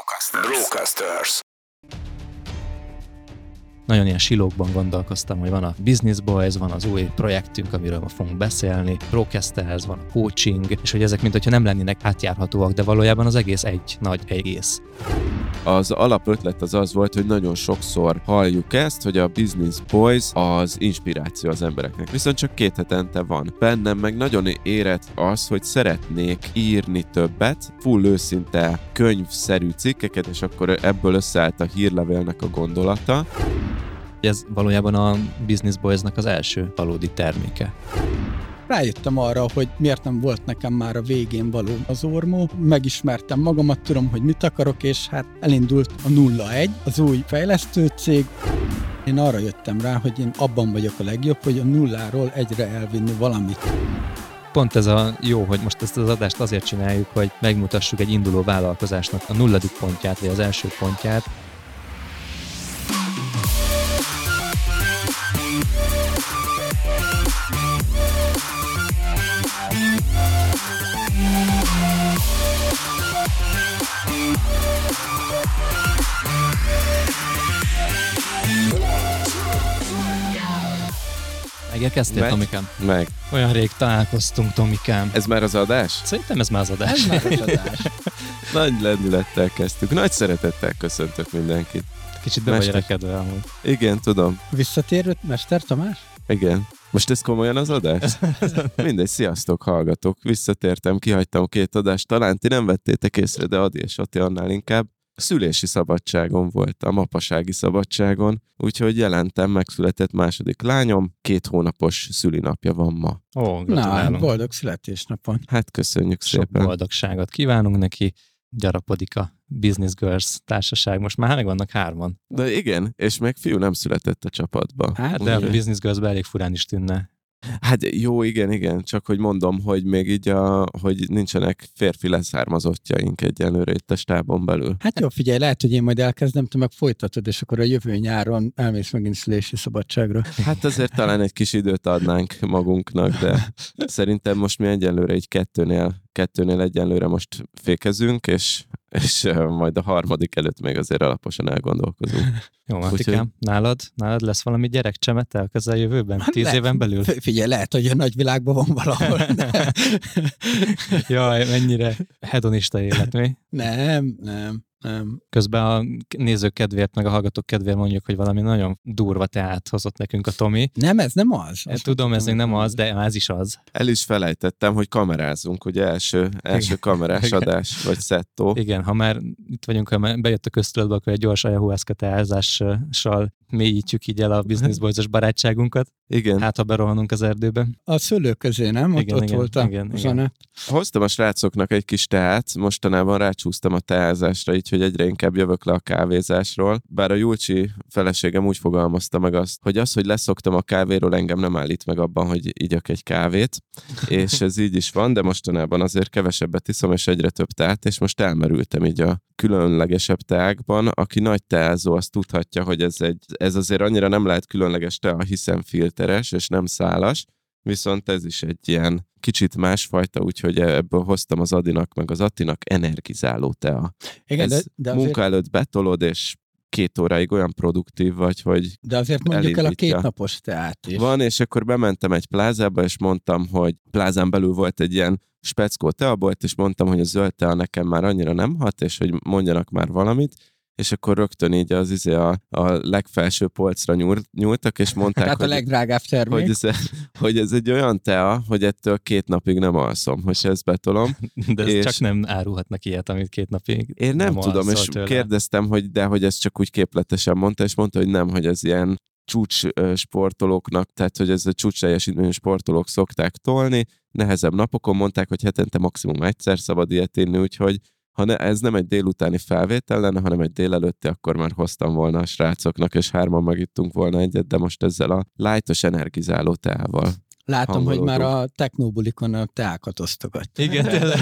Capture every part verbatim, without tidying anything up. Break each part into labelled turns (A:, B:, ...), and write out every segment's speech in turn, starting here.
A: Brocasters. Brocasters.
B: Nagyon ilyen silókban gondolkoztam, hogy van a Business Boys, van az új projektünk, amiről ma fogunk beszélni, Brocasters, van a coaching, és hogy ezek mintha nem lennének átjárhatóak, de valójában az egész egy nagy egész.
C: Az alapötlet az az volt, hogy nagyon sokszor halljuk ezt, hogy a Business Boys az inspiráció az embereknek. Viszont csak két hetente van. Bennem meg nagyon érett az, hogy szeretnék írni többet, full őszinte könyvszerű cikkeket, és akkor ebből összeállt a hírlevélnek a gondolata.
B: Ez valójában a Business Boys-nak az első valódi terméke.
D: Rájöttem arra, hogy miért nem volt nekem már a végén való az Ormo. Megismertem magamat, tudom, hogy mit akarok, és hát elindult a nulla egy, az új fejlesztő cég. Én arra jöttem rá, hogy én abban vagyok a legjobb, hogy a nulláról egyre elvinni valamit.
B: Pont ez a jó, hogy most ezt az adást azért csináljuk, hogy megmutassuk egy induló vállalkozásnak a nulladik pontját, vagy az első pontját. Megérkeztél, Tomikám?
C: Meg.
B: Olyan rég találkoztunk, Tomikám.
C: Ez már az adás?
B: Szerintem ez már az adás.
D: Ez már az adás.
C: Nagy lendülettel kezdtük. Nagy szeretettel köszöntök mindenkit.
B: Kicsit be vagy rekedve amúgy.
C: Igen, tudom.
D: Visszatérő Mester Tamás?
C: Igen. Most ez komolyan az adás? Mindegy, sziasztok, hallgatók. Visszatértem, kihagytam két adást. Talán ti nem vettétek észre, de Adi és Ati annál inkább. Szülési szabadságon voltam, apasági szabadságon, úgyhogy jelentem, megszületett második lányom, két hónapos szülinapja van ma.
B: Ó,
D: Na, boldog születésnapon.
C: Hát köszönjük
B: Sok
C: szépen.
B: boldogságot kívánunk neki, gyarapodik a Business Girls társaság, most már meg vannak hárman.
C: De igen, és még fiú nem született a csapatba.
B: Hát, de a Business Girls-be elég furán is tűnne.
C: Hát jó, igen, igen, csak hogy mondom, hogy még így, a, hogy nincsenek férfi leszármazottjaink egyenlőre itt a stábon belül.
D: Hát jó, figyelj, lehet, hogy én majd elkezdem, te meg folytatod, és akkor a jövő nyáron elmész megint szülési szabadságra.
C: Hát azért talán egy kis időt adnánk magunknak, de szerintem most mi egyenlőre így kettőnél, kettőnél egyenlőre most fékezünk, és és uh, majd a harmadik előtt még azért alaposan elgondolkozunk.
B: Jó, Matikám, Úgyhogy... nálad, nálad lesz valami gyerekcsemete a közeljövőben?
D: Hát
B: Tíz
D: le...
B: éven belül?
D: Figyelj, lehet, hogy a nagyvilágban van valahol.
B: Jaj, mennyire hedonista élet, mi?
D: Nem, nem. Nem.
B: Közben a nézők kedvéért, meg a hallgatók kedvéért mondjuk, hogy valami nagyon durva teát hozott nekünk a Tomi.
D: Nem, ez nem az.
B: Azt Tudom, ez még nem az, de ez is az.
C: El is felejtettem, hogy kamerázunk, ugye első, első kamerás adás, vagy szettó.
B: Igen, ha már itt vagyunk, ha már bejött a köztudatba, akkor egy gyors ayahuasca teázással mélyítjük így el a Business Boys-os barátságunkat.
C: Igen.
B: Hát, ha berohanunk az erdőbe.
D: A szőlő közé, nem? Ott,
B: igen,
D: ott
B: igen,
D: volt a
B: igen,
D: zene.
C: Hoztam a srácoknak egy kis teát, mostanában rácsúsztam a teázásra, így, hogy egyre inkább jövök le a kávézásról. Bár a Julcsi feleségem úgy fogalmazta meg azt, hogy az, hogy leszoktam a kávéról, engem nem állít meg abban, hogy igyak egy kávét, és ez így is van, de mostanában azért kevesebbet iszom, és egyre több teát, és most elmerültem így a különlegesebb teákban. Aki nagy teázó, azt tudhatja, hogy ez, egy, ez azért annyira nem lehet különleges tea, hiszen filteres, és nem szálas, viszont ez is egy ilyen kicsit másfajta, úgyhogy ebből hoztam az Adinak, meg az Attinak energizáló tea. Igen, ez de, de azért... munka előtt betolod, és két óráig olyan produktív vagy, hogy
D: de azért mondjuk el a kétnapos teát is.
C: Van, és akkor bementem egy plázába, és mondtam, hogy plázán belül volt egy ilyen speckó teabolt, és mondtam, hogy a zöld tea nekem már annyira nem hat, és hogy mondjanak már valamit, és akkor rögtön így az izé a, a legfelső polcra nyúl, nyúltak, és mondták,
D: hát
C: hogy,
D: a legdrágább termék.
C: Hogy ez, hogy ez egy olyan tea, hogy ettől két napig nem alszom, hogy ezt betolom.
B: De ez és csak nem árulhatnak ilyet, amit két napig
C: én nem, nem tudom, és
B: tőle. Kérdeztem,
C: hogy de hogy ez csak úgy képletesen mondta, és mondta, hogy nem, hogy ez ilyen csúcs sportolóknak, tehát hogy ez a csúcs teljesítményű sportolók szokták tolni, nehezebb napokon mondták, hogy hetente maximum egyszer szabad ilyet inni, úgyhogy ha ne, ez nem egy délutáni felvétel lenne, hanem egy délelőtti, akkor már hoztam volna a srácoknak, és hárman megittunk volna egyet, de most ezzel a lightos energizáló teával.
D: Látom, hogy
C: hangolódunk.
D: már a technobulikon a teákat osztogatja.
B: Igen, tényleg.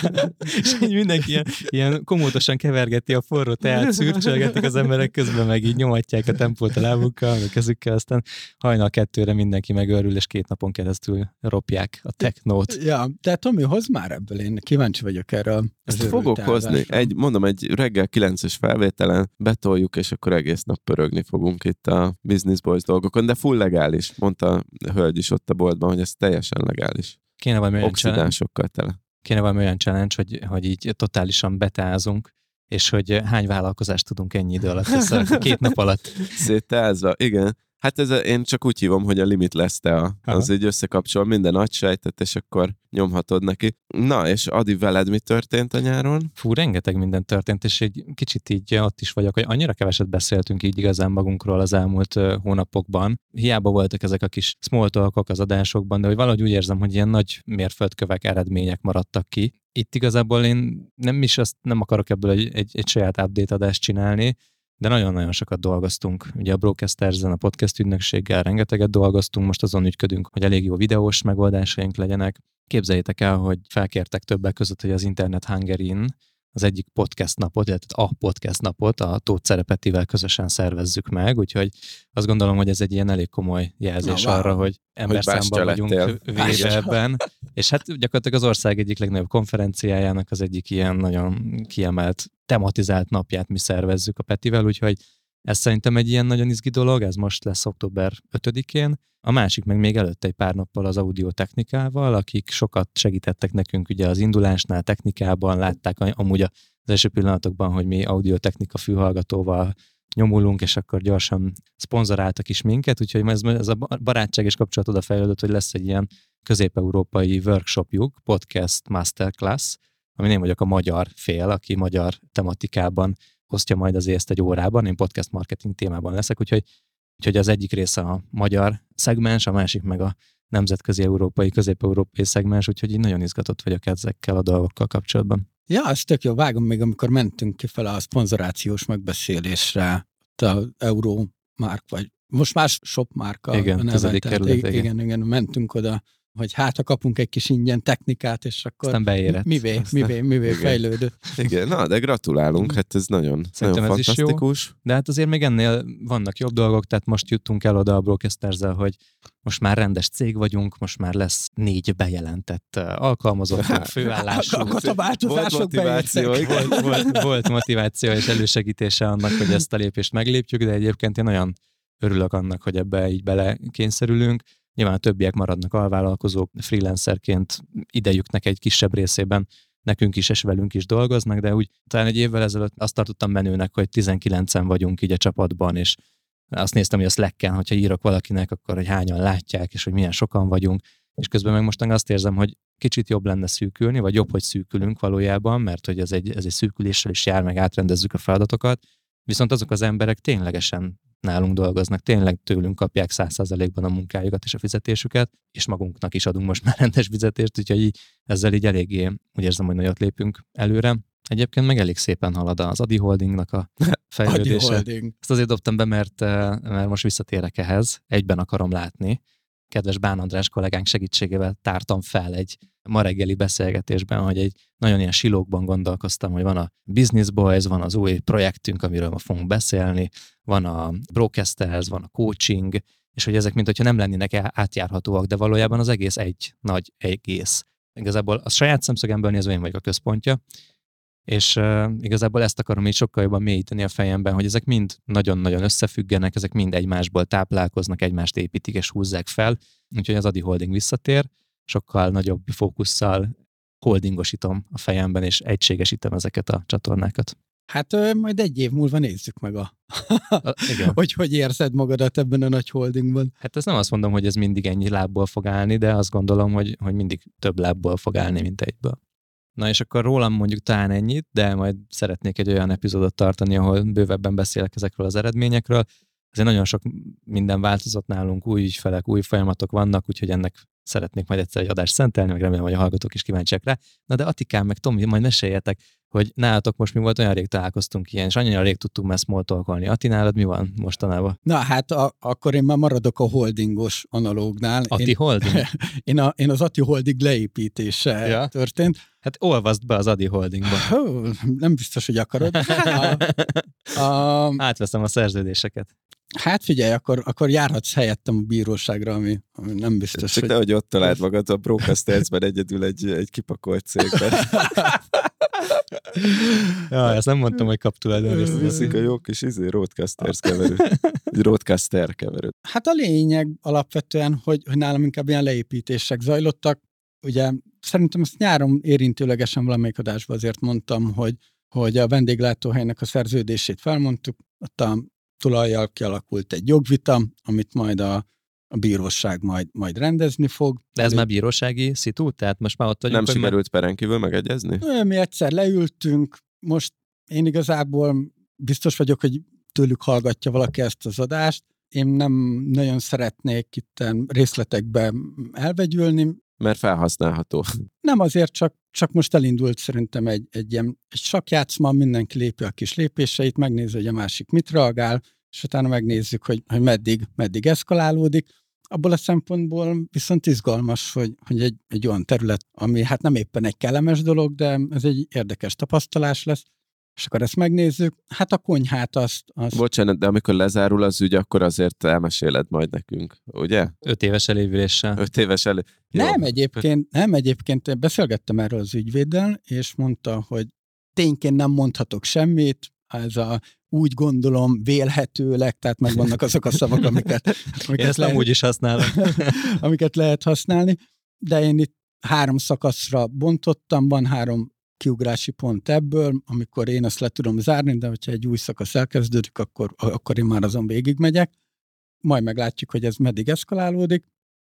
B: És így mindenki ilyen, ilyen komótosan kevergeti a forró teát, szürcsölgetik az emberek közben, meg így nyomatják a tempót a lábukkal, a kezükkel, aztán hajnal kettőre mindenki megőrül, és két napon keresztül ropják a technót.
D: Ja, de Tomi, hozz már ebből, én kíváncsi vagyok erre.
C: Ezt fogok hozni. Egy, mondom, egy reggel kilences felvételen betoljuk, és akkor egész nap pörögni fogunk itt a Business Boys dolgokon, de full legális. Mondta a hölgy is ott a boltban, hogy ez teljesen legális.
B: Kéne valami olyan challenge,
C: Oxidánsokkal tele.
B: kéne valami olyan challenge hogy, hogy így totálisan betázunk, és hogy hány vállalkozást tudunk ennyi idő alatt össze, két nap alatt.
C: Széttázva, igen. Hát ez a, én csak úgy hívom, hogy a limit lesz te a, az így összekapcsol minden agysejtet, és akkor nyomhatod neki. Na, és Adi, veled mi történt a nyáron?
B: Fú, rengeteg minden történt, és egy kicsit így ott is vagyok, hogy annyira keveset beszéltünk így igazán magunkról az elmúlt uh, hónapokban. Hiába voltak ezek a kis small talkok az adásokban, de hogy valahogy úgy érzem, hogy ilyen nagy mérföldkövek, eredmények maradtak ki. Itt igazából én nem is azt nem akarok ebből egy, egy, egy saját update adást csinálni, de nagyon-nagyon sokat dolgoztunk. Ugye a Broadcasterzen, a podcast ügynökséggel rengeteget dolgoztunk, most azon ügyködünk, hogy elég jó videós megoldásaink legyenek. Képzeljétek el, hogy felkértek többek között, hogy az Internet Hungarin az egyik podcast napot, illetve a podcast napot a Tóth Szerepetivel közösen szervezzük meg, úgyhogy azt gondolom, hogy ez egy ilyen elég komoly jelzés
C: Na,
B: arra, hogy emberszámban vagyunk véve ebben. És hát gyakorlatilag az ország egyik legnagyobb konferenciájának az egyik ilyen nagyon kiemelt, tematizált napját mi szervezzük a Petivel, úgyhogy ez szerintem egy ilyen nagyon izgi dolog, ez most lesz október ötödikén. A másik meg még előtte egy pár nappal az audiotechnikával, akik sokat segítettek nekünk ugye az indulásnál, technikában, látták amúgy az első pillanatokban, hogy mi audiotechnika fülhallgatóval nyomulunk, és akkor gyorsan szponzoráltak is minket, úgyhogy ez, ez a barátság és kapcsolat oda fejlődött, hogy lesz egy ilyen közép-európai workshopjuk, podcast masterclass, ami én vagyok a magyar fél, aki magyar tematikában hoztja majd az ezt egy órában, én podcast marketing témában leszek, úgyhogy, úgyhogy az egyik része a magyar szegmens, a másik meg a nemzetközi európai, közép-európai szegmens, úgyhogy így nagyon izgatott vagyok ezekkel a dolgokkal kapcsolatban.
D: Ja, ez tök jó. Vágom még, amikor mentünk kifele a szponzorációs megbeszélésre, a Euromark, vagy most már Shop márka.
B: Igen, tizedik kerület,
D: igen. igen, igen, mentünk oda, hogy hát ha kapunk egy kis ingyen technikát, és akkor
B: aztán beérett.
D: mivé,
C: Aztán,
D: mivé, mivé
C: igen.
D: fejlődött.
C: Igen, na, de gratulálunk, hát ez nagyon, nagyon
B: ez
C: fantasztikus.
B: Is jó, de hát azért még ennél vannak jobb dolgok, tehát most jutunk el oda a Broadcasterzel, hogy most már rendes cég vagyunk, most már lesz négy bejelentett alkalmazottunk, főállású.
D: Akkor a változások bejöttek.
B: Volt, volt, volt motiváció és elősegítése annak, hogy ezt a lépést meglépjük, de egyébként én nagyon örülök annak, hogy ebbe így belekényszerülünk. Nyilván a többiek maradnak alvállalkozók, freelancerként idejüknek egy kisebb részében nekünk is és velünk is dolgoznak, de úgy talán egy évvel ezelőtt azt tartottam menőnek, hogy tizenkilencen vagyunk így a csapatban, és azt néztem, hogy a Slacken, hogyha írok valakinek, akkor hogy hányan látják, és hogy milyen sokan vagyunk, és közben meg most azt érzem, hogy kicsit jobb lenne szűkülni, vagy jobb, hogy szűkülünk valójában, mert hogy ez egy, ez egy szűküléssel is jár, meg átrendezzük a feladatokat, viszont azok az emberek ténylegesen nálunk dolgoznak, tényleg tőlünk kapják száz százalékban a munkájukat és a fizetésüket, és magunknak is adunk most már rendes fizetést, úgyhogy így, ezzel így eléggé úgy érzem, hogy nagyot lépünk előre. Egyébként meg elég szépen halad az Adi Holdingnak a fejlődése.
D: Adi Holding.
B: Ezt azért dobtam be, mert, mert most visszatérek ehhez, egyben akarom látni. Kedves Bán András kollégánk segítségével tártam fel egy ma reggeli beszélgetésben, hogy egy nagyon ilyen silókban gondolkoztam, hogy van a Business Boys, van az új projektünk, amiről ma fogunk beszélni, van a Broadcasters, van a coaching, és hogy ezek mint hogyha nem lennének átjárhatóak, de valójában az egész egy nagy egész. Igazából a saját szemszögemből nézve én vagyok a központja, és uh, igazából ezt akarom így sokkal jobban mélyíteni a fejemben, hogy ezek mind nagyon-nagyon összefüggenek, ezek mind egymásból táplálkoznak, egymást építik és húzzák fel, úgyhogy az Adi Holding visszatér, sokkal nagyobb fókusszal holdingosítom a fejemben, és egységesítem ezeket a csatornákat.
D: Hát ö, majd egy év múlva nézzük meg a...
B: a igen.
D: hogy hogy érzed magadat ebben a nagy holdingban.
B: Hát ezt nem azt mondom, hogy ez mindig ennyi lábból fog állni, de azt gondolom, hogy, hogy mindig több lábból fog állni, mint egyből. Na és akkor rólam mondjuk talán ennyit, de majd szeretnék egy olyan epizódot tartani, ahol bővebben beszélek ezekről az eredményekről. Azért nagyon sok minden változott nálunk, új ügyfelek, új folyamatok vannak, úgyhogy ennek szeretnék majd egyszer egy adást szentelni, meg remélem, hogy a hallgatók is kíváncsiak rá. Na de Atikám, meg Tomi, majd meséljetek, hogy nálatok most mi volt, olyan rég találkoztunk ilyen, és annyira rég tudtunk már smalltalkolni. Ati, nálad mi van mostanában?
D: Na hát a, akkor én már maradok a holdingos analógnál.
B: Ati
D: én,
B: Holding?
D: én, a, én az Ati Holding leépítése
B: Ja.
D: történt.
B: Hát olvasd be az Adi Holdingba.
D: Hú, nem biztos, hogy akarod. A, a,
B: Átveszem a szerződéseket.
D: hát figyelj, akkor, akkor járhatsz helyettem a bíróságra, ami, ami nem biztos,
C: Csak
D: hogy...
C: nehogy ott találd magad a Broadcasters-ben egyedül egy, egy kipakolt cégben.
B: Ja, ezt nem mondtam, hogy kap tulajdonrészt.
C: Viszik a jó kis izé, Roadcasters keverő. Egy Roadcaster keverő.
D: Hát a lényeg alapvetően, hogy, hogy nálam inkább ilyen leépítések zajlottak. Ugye szerintem ezt nyáron érintőlegesen valamelyik adásban azért mondtam, hogy, hogy a vendéglátóhelynek a szerződését felmondtuk, ott a tulajjal kialakult egy jogvita, amit majd a, a bíróság majd, majd rendezni fog.
B: De ez
D: Elő...
B: már bírósági szitu? Tehát most már ott vagyunk,
C: Nem
B: hogy
C: sikerült peren kívül megegyezni?
D: Mi egyszer leültünk, most én igazából biztos vagyok, hogy tőlük hallgatja valaki ezt az adást. Én nem nagyon szeretnék itt részletekbe elvegyülni.
C: Mert felhasználható.
D: Nem azért, csak, csak most elindult szerintem egy, egy ilyen egy sakkjátszma, mindenki lépje a kis lépéseit, megnézi, hogy a másik mit reagál, és utána megnézzük, hogy, hogy meddig, meddig eszkalálódik. Abból a szempontból viszont izgalmas, hogy, hogy egy, egy olyan terület, ami hát nem éppen egy kellemes dolog, de ez egy érdekes tapasztalás lesz, és akkor ezt megnézzük. Hát a konyhát azt... azt...
C: Bocsánat, de amikor lezárul az ügy, akkor azért elmeséled majd nekünk, ugye?
B: öt éves elévüléssel.
C: Öt éves elő.
D: Nem egyébként, nem egyébként, beszélgettem erről az ügyvéddel, és mondta, hogy tényként nem mondhatok semmit, ez a úgy gondolom, vélhetőleg, tehát megvannak azok a szavak, amiket, amiket,
B: én ezt
D: lehet,
B: nem úgy is használom.
D: amiket lehet használni, de én itt három szakaszra bontottam, van három kiugrási pont ebből, amikor én azt le tudom zárni, de hogyha egy új szakasz elkezdődik, akkor, akkor én már azon végigmegyek. Majd meglátjuk, hogy ez meddig eszkalálódik.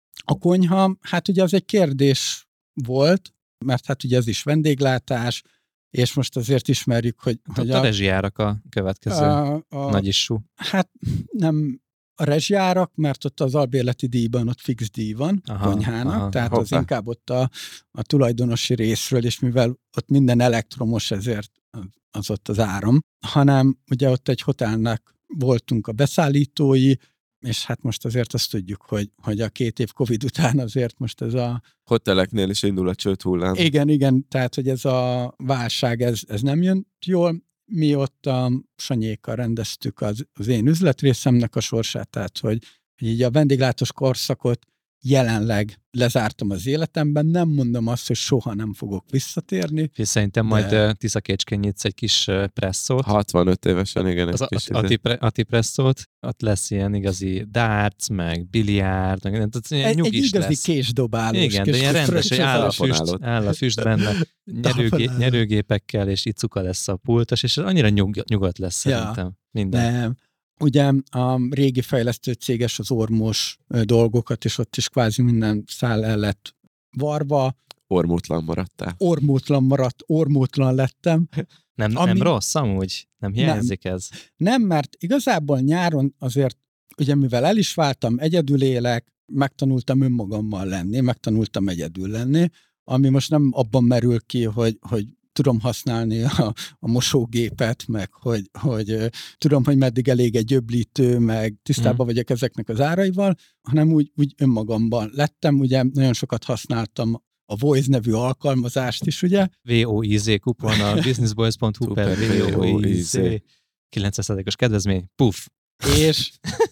D: A konyha, hát ugye az egy kérdés volt, mert hát ugye ez is vendéglátás, és most azért ismerjük, hogy...
B: Hát
D: hogy
B: a, a rezsijárak a következő
D: a, a,
B: nagy issú.
D: Hát nem a rezsijárak, mert ott az albérleti díjban ott fix díj van
B: Aha,
D: a konyhának,
B: aha,
D: tehát
C: hoppá.
D: az inkább ott a, a tulajdonosi részről, és mivel ott minden elektromos, ezért az ott az áram, hanem ugye ott egy hotelnek voltunk a beszállítói, és hát most azért azt tudjuk, hogy, hogy a két év Covid után azért most ez a...
C: Hoteleknél is indul a csőd hullám.
D: Igen, igen, tehát hogy ez a válság, ez, ez nem jön jól. Mi ott a Sanyékkal rendeztük az, az én üzletrészemnek a sorsát, tehát hogy, hogy így a vendéglátós korszakot jelenleg lezártam az életemben, nem mondom azt, hogy soha nem fogok visszatérni.
B: És szerintem
D: de...
B: majd uh, Tiszakécskén nyitsz egy kis uh, presszót.
C: hatvanöt évesen, igen.
B: Az
C: egy kis
B: Ati, pre, Ati presszót, ott lesz ilyen igazi darts, meg biliárd, meg tehát ilyen
D: egy,
B: nyugis
D: egy igazi
B: lesz.
D: késdobálós.
B: Igen, de ilyen rendes, hogy áll a füst, áll a füst benne, nyerőgé, nyerőgépekkel, és icuka lesz a pultos, és annyira nyug, nyugodt lesz
D: Ja.
B: szerintem minden.
D: Nem. Ugye a régi fejlesztő céges az ormos dolgokat, és ott is kvázi minden szál el lett varva.
C: Ormótlan maradtál.
D: Ormótlan maradt, ormótlan lettem.
B: Nem,
D: Ami-
B: nem rossz amúgy? Nem hiányzik nem. ez?
D: Nem, mert igazából nyáron azért, ugye mivel el is váltam, egyedül élek, megtanultam önmagammal lenni, megtanultam egyedül lenni, ami most nem abban merül ki, hogy, hogy tudom használni a, a mosógépet, meg hogy, hogy ö, tudom, hogy meddig elég egy öblítő, meg tisztában
B: Mm.
D: vagyok ezeknek az áraival, hanem úgy, úgy önmagamban lettem, ugye nagyon sokat használtam a Voice nevű alkalmazást is, ugye?
B: vé o i zé kupon a businessboys pont hu per
C: Super
B: vé o i
C: vé o i
B: zé
C: zé.
B: kilencven százalékos kedvezmény, puff.
D: És,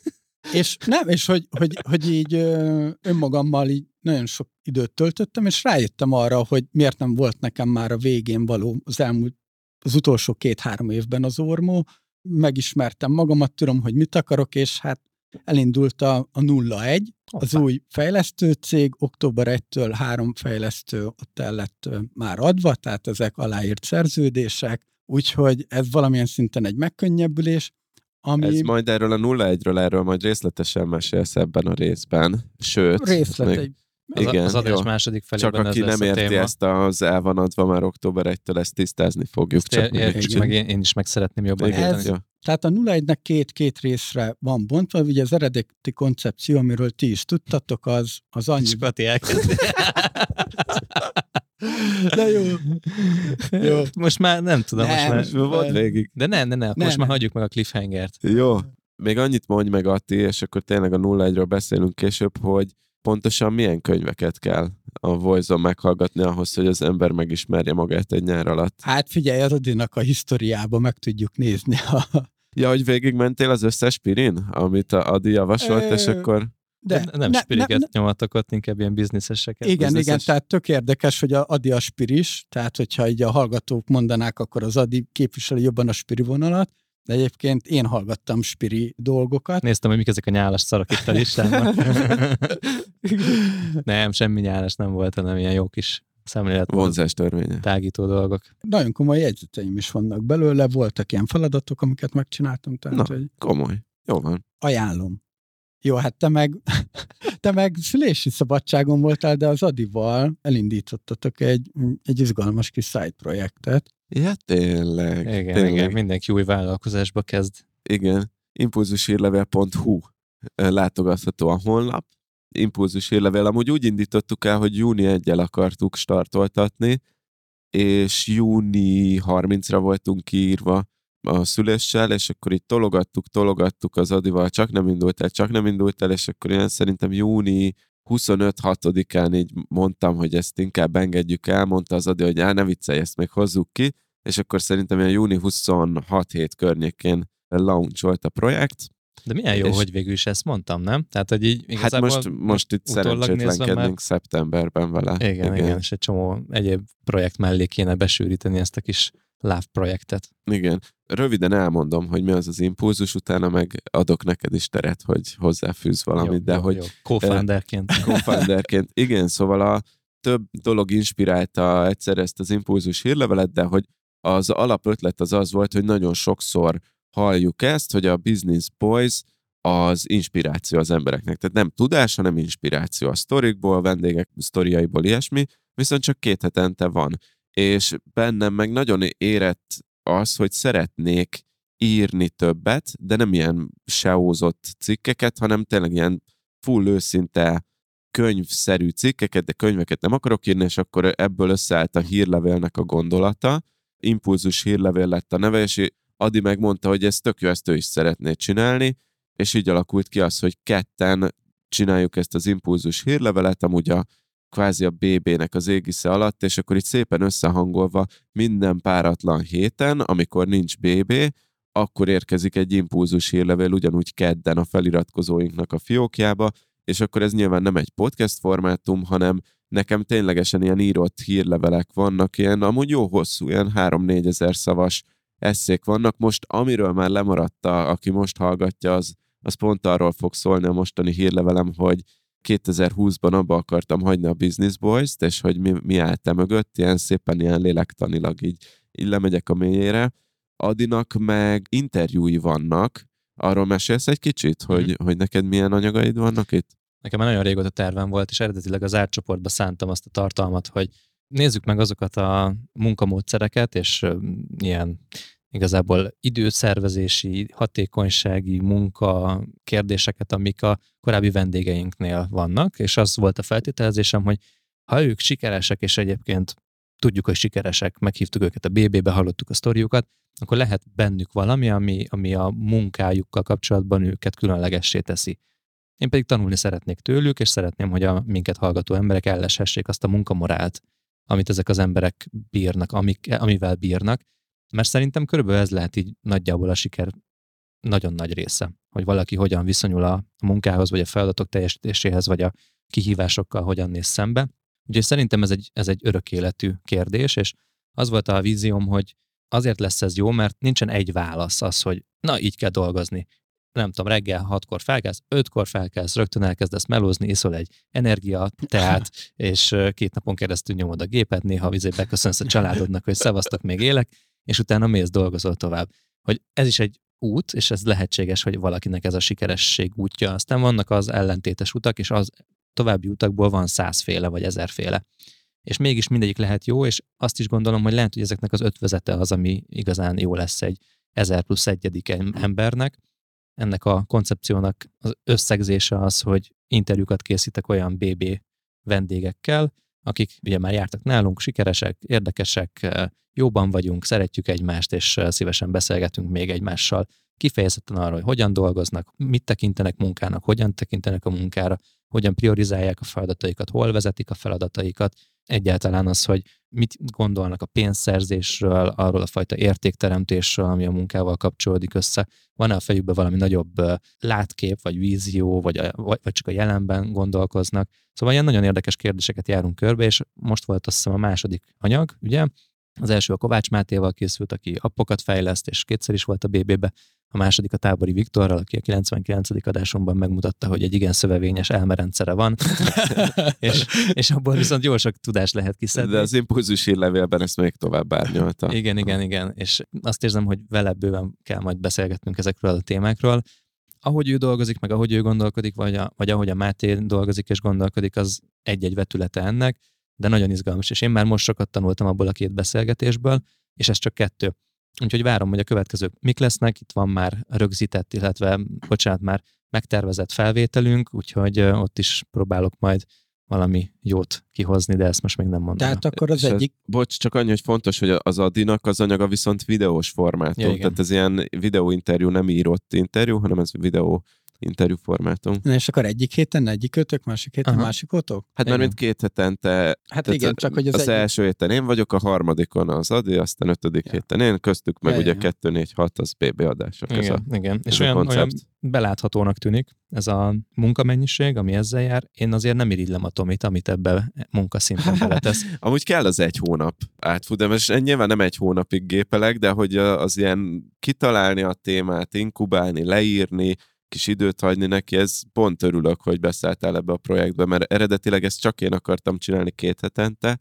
D: és nem, és hogy, hogy, hogy így ö, önmagammal így nagyon sok időt töltöttem, és rájöttem arra, hogy miért nem volt nekem már a végén való az elmúlt, az utolsó két-három évben az ormó. Megismertem magamat, tudom, hogy mit akarok, és hát elindult a, a nulla egy, az
B: Hoppá.
D: új fejlesztő cég, október elsejétől három fejlesztő ott el lett ö, már adva, tehát ezek aláírt szerződések, úgyhogy ez valamilyen szinten egy megkönnyebbülés, ami
C: Ez majd erről a nulla egyről, erről majd részletesen mesélsz ebben a részben. Sőt,
D: részlet
C: még-
D: egy
B: Az,
C: igen,
B: az adás
C: jó.
B: második
C: Csak
B: felében
C: aki
B: ez lesz
C: nem
B: a
C: érti
B: téma.
C: ezt, az el van adva már október elsejétől, ezt tisztázni fogjuk.
B: Ezt
C: Csak
B: ér-
C: még
B: értsük
C: kicsit.
B: meg, én, én is meg szeretném jobban
C: Igen,
B: érteni.
D: Ez-
C: jó.
D: Tehát a nulla egynek két-két részre van bontva, ugye az eredeti koncepció, amiről ti is tudtatok, az, az annyi...
B: És Pati elkezdi.
D: De jó. Jó.
B: Most már nem tudom,
D: Nem,
B: most már...
C: Volt végig.
B: De ne, ne, ne,
D: Ne,
B: most
D: ne.
B: már hagyjuk meg a cliffhangert.
C: Jó. Még annyit mondj meg, Atti, és akkor tényleg a nulla egyről beszélünk később, hogy pontosan milyen könyveket kell a Voice-on meghallgatni ahhoz, hogy az ember megismerje magát egy nyár alatt.
D: Hát figyelj, az Adinak a historiába meg tudjuk nézni. A...
C: Ja, hogy végigmentél az összes pirin, amit a Adi javasolt,
D: Ö,
C: és akkor...
B: De, de nem
D: ne,
B: spiriket
D: ne,
B: nyomatok ott, inkább ilyen bizniszeseket.
D: Igen,
C: bizniszes.
D: igen, tehát tök érdekes, hogy a Adi a spiris, tehát hogyha így a hallgatók mondanák, akkor az Adi képviseli jobban a spiri vonalat, de egyébként én hallgattam spiri dolgokat.
B: Néztem, hogy mik ezek a nyálas szarok itt a listában. Nem, semmi nyálas nem volt, hanem ilyen jó kis szemlélet.
C: Vonzás törvénye.
B: Tágító dolgok.
D: Nagyon komoly jegyzeteim is vannak belőle, voltak ilyen feladatok, amiket megcsináltam, tehát
C: Na.
D: hogy
C: Komoly. Jó van.
D: ajánlom. Jó, hát te meg, te meg szülési szabadságon voltál, de az Adival elindítottatok egy, egy izgalmas kis side projektet.
C: Ja, tényleg.
B: Igen,
C: tényleg.
B: igen, mindenki új vállalkozásba kezd.
C: Igen. impulzushírlevél pont hu látogatható a honlap. Impulzushírlevél amúgy úgy indítottuk el, hogy júni elsején akartuk startoltatni, és júni harmincadikára voltunk kiírva a szüléssel, és akkor így tologattuk, tologattuk az Adival, csak nem indult el, csak nem indult el, és akkor én szerintem júni huszonöt-hatodikán így mondtam, hogy ezt inkább engedjük el, mondta az Adi, hogy á, ne viccelj, ezt még hozzuk ki, és akkor szerintem ilyen júni huszonhat hét környékén launcholt a projekt.
B: De milyen jó,
C: És-
B: hogy végül is ezt mondtam, nem? Tehát, hogy így
C: Hát
B: igazából
C: most, most itt
B: utólag nézve
C: szerencsétlenkednénk
B: már-
C: szeptemberben vele.
B: Igen, igen, igen, és egy csomó egyéb projekt mellé kéne besűríteni ezt a kis Love projektet.
C: Igen. Röviden elmondom, hogy mi az az impulzus, utána meg adok neked is teret, hogy hozzáfűz valamit,
B: jó,
C: de
B: jó,
C: hogy
B: jó. Co-founderként.
C: co-founderként. Igen, szóval a több dolog inspirálta egyszer ezt az impulzus hírlevelet, de hogy az alapötlet az az volt, hogy nagyon sokszor halljuk ezt, hogy a Business Boys az inspiráció az embereknek. Tehát nem tudás, hanem inspiráció a sztorikból, vendégek sztoriaiból, ilyesmi, viszont csak két hetente van. És bennem meg nagyon érett az, hogy szeretnék írni többet, de nem ilyen seózott cikkeket, hanem tényleg ilyen full őszinte könyvszerű cikkeket, de könyveket nem akarok írni, és akkor ebből összeállt a hírlevélnek a gondolata. Impulzus hírlevél lett a neve, és Adi megmondta, hogy ez tök jó, ezt ő is szeretné csinálni, és így alakult ki az, hogy ketten csináljuk ezt az impulzus hírlevelet, amúgy a kvázi a bé bének az égisze alatt, és akkor itt szépen összehangolva minden páratlan héten, amikor nincs bé bé, akkor érkezik egy impulzus hírlevél ugyanúgy kedden a feliratkozóinknak a fiókjába, és akkor ez nyilván nem egy podcast formátum, hanem nekem ténylegesen ilyen írott hírlevelek vannak, ilyen amúgy jó hosszú, ilyen három-négy ezer szavas esszék vannak. Most amiről már lemaradt, a, aki most hallgatja, az, az pont arról fog szólni a mostani hírlevelem, hogy kétezer-húszban abba akartam hagyni a Business Boys-t, és hogy mi, mi állt e mögött, ilyen szépen ilyen lélektanilag így, így lemegyek a mélyére. Adinak meg interjúi vannak, arról mesélsz egy kicsit, hogy, mm. hogy neked milyen anyagaid vannak itt?
B: Nekem már nagyon régóta tervem volt, és eredetileg az árcsoportba szántam azt a tartalmat, hogy nézzük meg azokat a munkamódszereket, és ö, ilyen igazából időszervezési, hatékonysági munka kérdéseket, amik a korábbi vendégeinknél vannak, és az volt a feltételezésem, hogy ha ők sikeresek, és egyébként tudjuk, hogy sikeresek, meghívtuk őket a bé bébe, hallottuk a sztoriukat, akkor lehet bennük valami, ami, ami a munkájukkal kapcsolatban őket különlegessé teszi. Én pedig tanulni szeretnék tőlük, és szeretném, hogy a minket hallgató emberek elleshessék azt a munkamorált, amit ezek az emberek bírnak, amik, amivel bírnak, mert szerintem körülbelül ez lehet így nagyjából a siker nagyon nagy része, hogy valaki hogyan viszonyul a munkához, vagy a feladatok teljesítéséhez, vagy a kihívásokkal hogyan néz szembe. Úgyhogy szerintem ez egy, ez egy örök életű kérdés, és az volt a vízióm, hogy azért lesz ez jó, mert nincsen egy válasz az, hogy na, így kell dolgozni. Nem tudom, reggel hatkor felkelsz, ötkor felkelsz, rögtön elkezdesz melózni, iszol egy energia, teát, és két napon keresztül nyomod a gépet, néha vizé beköszönsz a családodnak, hogy szevasztok, még élek, és utána mész, dolgozol tovább. Hogy ez is egy út, és ez lehetséges, hogy valakinek ez a sikeresség útja. Aztán vannak az ellentétes utak, és az további utakból van százféle vagy ezerféle. És mégis mindegyik lehet jó, és azt is gondolom, hogy lehet, hogy ezeknek az ötvezete az, ami igazán jó lesz egy ezer plusz egyedik embernek. Ennek a koncepciónak az összegzése az, hogy interjúkat készítek olyan bé bé vendégekkel, akik ugye már jártak nálunk, sikeresek, érdekesek, jóban vagyunk, szeretjük egymást, és szívesen beszélgetünk még egymással kifejezetten arról, hogy hogyan dolgoznak, mit tekintenek munkának, hogyan tekintenek a munkára, hogyan priorizálják a feladataikat, hol vezetik a feladataikat, egyáltalán az, hogy mit gondolnak a pénzszerzésről, arról a fajta értékteremtésről, ami a munkával kapcsolódik össze. Van-e a fejükben valami nagyobb látkép, vagy vízió, vagy, a, vagy csak a jelenben gondolkoznak. Szóval ilyen nagyon érdekes kérdéseket járunk körbe, és most volt azt hiszem a második anyag, ugye? Az első a Kovács Mátéval készült, aki appokat fejleszt, és kétszer is volt a bé bé-be. A második a Tábori Viktorral, aki a kilencvenkilencedik adásomban megmutatta, hogy egy igen szövevényes elmerendszere van, és, és abból viszont jó sok tudást lehet kiszedni.
C: De az impulzus hírlevélben ezt még tovább árnyalta.
B: Igen, igen, igen, és azt érzem, hogy vele bőven kell majd beszélgetnünk ezekről a témákról. Ahogy ő dolgozik, meg ahogy ő gondolkodik, vagy, a, vagy ahogy a Máté dolgozik és gondolkodik, az egy-egy vetülete ennek, de nagyon izgalmas, és én már most sokat tanultam abból a két beszélgetésből, és ez csak kettő. Úgyhogy várom, hogy a következők mik lesznek, itt van már rögzített, illetve, bocsánat, már megtervezett felvételünk, úgyhogy ott is próbálok majd valami jót kihozni, de ezt most még nem mondom.
D: Tehát akkor az
C: és
D: egyik...
C: Ez, bocs, csak annyi, hogy fontos, hogy az Adinak az anyaga viszont videós formátum,
B: Ja,
C: tehát ez ilyen videóinterjú, nem írott interjú, hanem ez videó interjú formátum.
D: Na és akkor egyik héten egyik ötök, másik héten
B: Aha.
D: másik ötök?
C: Hát már mint két hetente.
D: Hát igen, csak hogy az,
C: az
D: egyik...
C: első héten én vagyok, a harmadikon az Adi, aztán ötödik
D: Ja.
C: héten én, köztük meg
D: Ja,
C: ugye
D: ja.
C: kettő négy hat az bé bé adások. Ez
B: Igen,
C: a,
B: igen.
C: ez
B: És
C: a
B: olyan,
C: koncept.
B: olyan beláthatónak tűnik ez a munkamennyiség, ami ezzel jár. Én azért nem irigylem a Tomit, amit ebbe munkaszinten beletesz.
C: Amúgy kell az egy hónap átfut, és nyilván nem egy hónapig gépelek, de hogy az ilyen kitalálni a témát, inkubálni, leírni, kis időt hagyni neki, ez pont örülök, hogy beszálltál ebbe a projektbe, mert eredetileg ezt csak én akartam csinálni két hetente,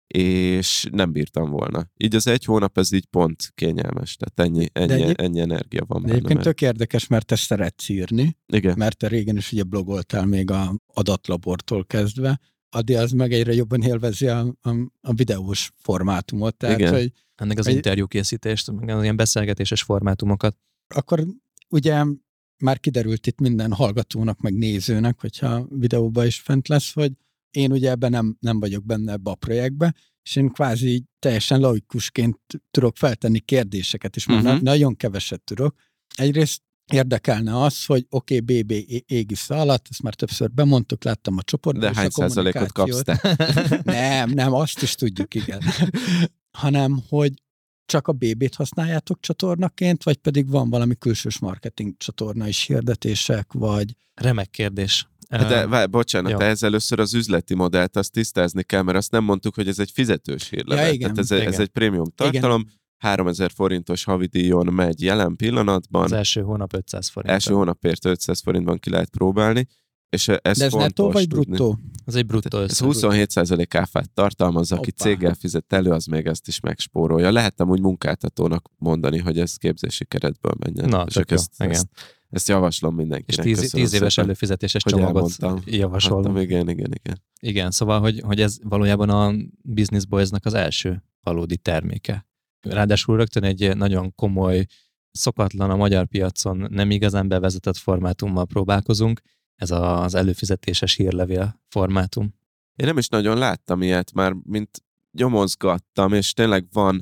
C: és nem bírtam volna. Így az egy hónap, ez így pont kényelmes, tehát ennyi, ennyi,
D: egyéb...
C: ennyi energia van
D: De
C: benne.
D: egyébként
C: Mert...
D: tök érdekes, mert te szeretsz írni,
C: Igen.
D: mert te régen is ugye blogoltál még a adatlabortól kezdve, Adi az meg egyre jobban élvezi a, a, a videós formátumot. Tehát,
C: Igen.
D: hogy
B: Ennek az
D: Egy-
B: interjúkészítést, meg az ilyen beszélgetéses formátumokat.
D: akkor ugye már kiderült itt minden hallgatónak, meg nézőnek, hogyha videóban is fent lesz, hogy én ugye ebben nem, nem vagyok benne ebbe a projektbe, és én kvázi így teljesen laikusként tudok feltenni kérdéseket, és már
C: Mhm.
D: uh-huh. nagyon keveset tudok. Egyrészt érdekelne az, hogy oké, okay, bé bé égisze alatt, ezt már többször bemondtuk, láttam a csoportban.
C: De
D: is
C: hány
D: a
C: százalékot kapsz
D: kommunikációt.
C: te?
D: Nem, nem, azt is tudjuk, igen. Hanem, hogy csak a bé bét használjátok csatornaként, vagy pedig van valami külsős marketing csatorna is, hirdetések, vagy...
B: Remek kérdés.
C: De várj, bocsánat,
B: Jó.
C: ehhez először az üzleti modellt azt tisztázni kell, mert azt nem mondtuk, hogy ez egy fizetős hírlevél.
D: Ja, igen,
C: Tehát ez,
B: igen.
C: ez egy prémium tartalom, háromezer forintos havidíjon megy jelen pillanatban,
B: Az első hónap ötszáz forint.
C: első hónapért ötszáz forintban ki lehet próbálni, és ez
D: De ez
C: fontos
D: nettó vagy
C: tudni.
D: bruttó?
B: Ez egy bruttó
C: Ez
B: összeg.
C: huszonhét százalék áfát tartalmaz, aki
D: Hoppá.
C: céggel fizet elő, az még ezt is megspórolja. Lehettem úgy munkáltatónak mondani, hogy ez képzési keretből menjen.
B: Na,
C: és
B: tök jó,
C: ezt,
B: igen.
C: ezt, ezt javaslom
B: És
C: mindenkinek.
B: tíz,
C: Köszönöm
B: tíz éves
C: szépen,
B: előfizetéses
C: hogy
B: csomagot
C: elmondtam.
B: javasolom.
C: Hattam, igen, igen, igen.
B: Igen, szóval, hogy, hogy ez valójában a Business Boys-nak az első valódi terméke. Ráadásul rögtön egy nagyon komoly, szokatlan a magyar piacon nem igazán bevezetett formátummal próbálkozunk. Ez az előfizetéses hírlevél formátum.
C: Én nem is nagyon láttam ilyet, már mint nyomozgattam, és tényleg van,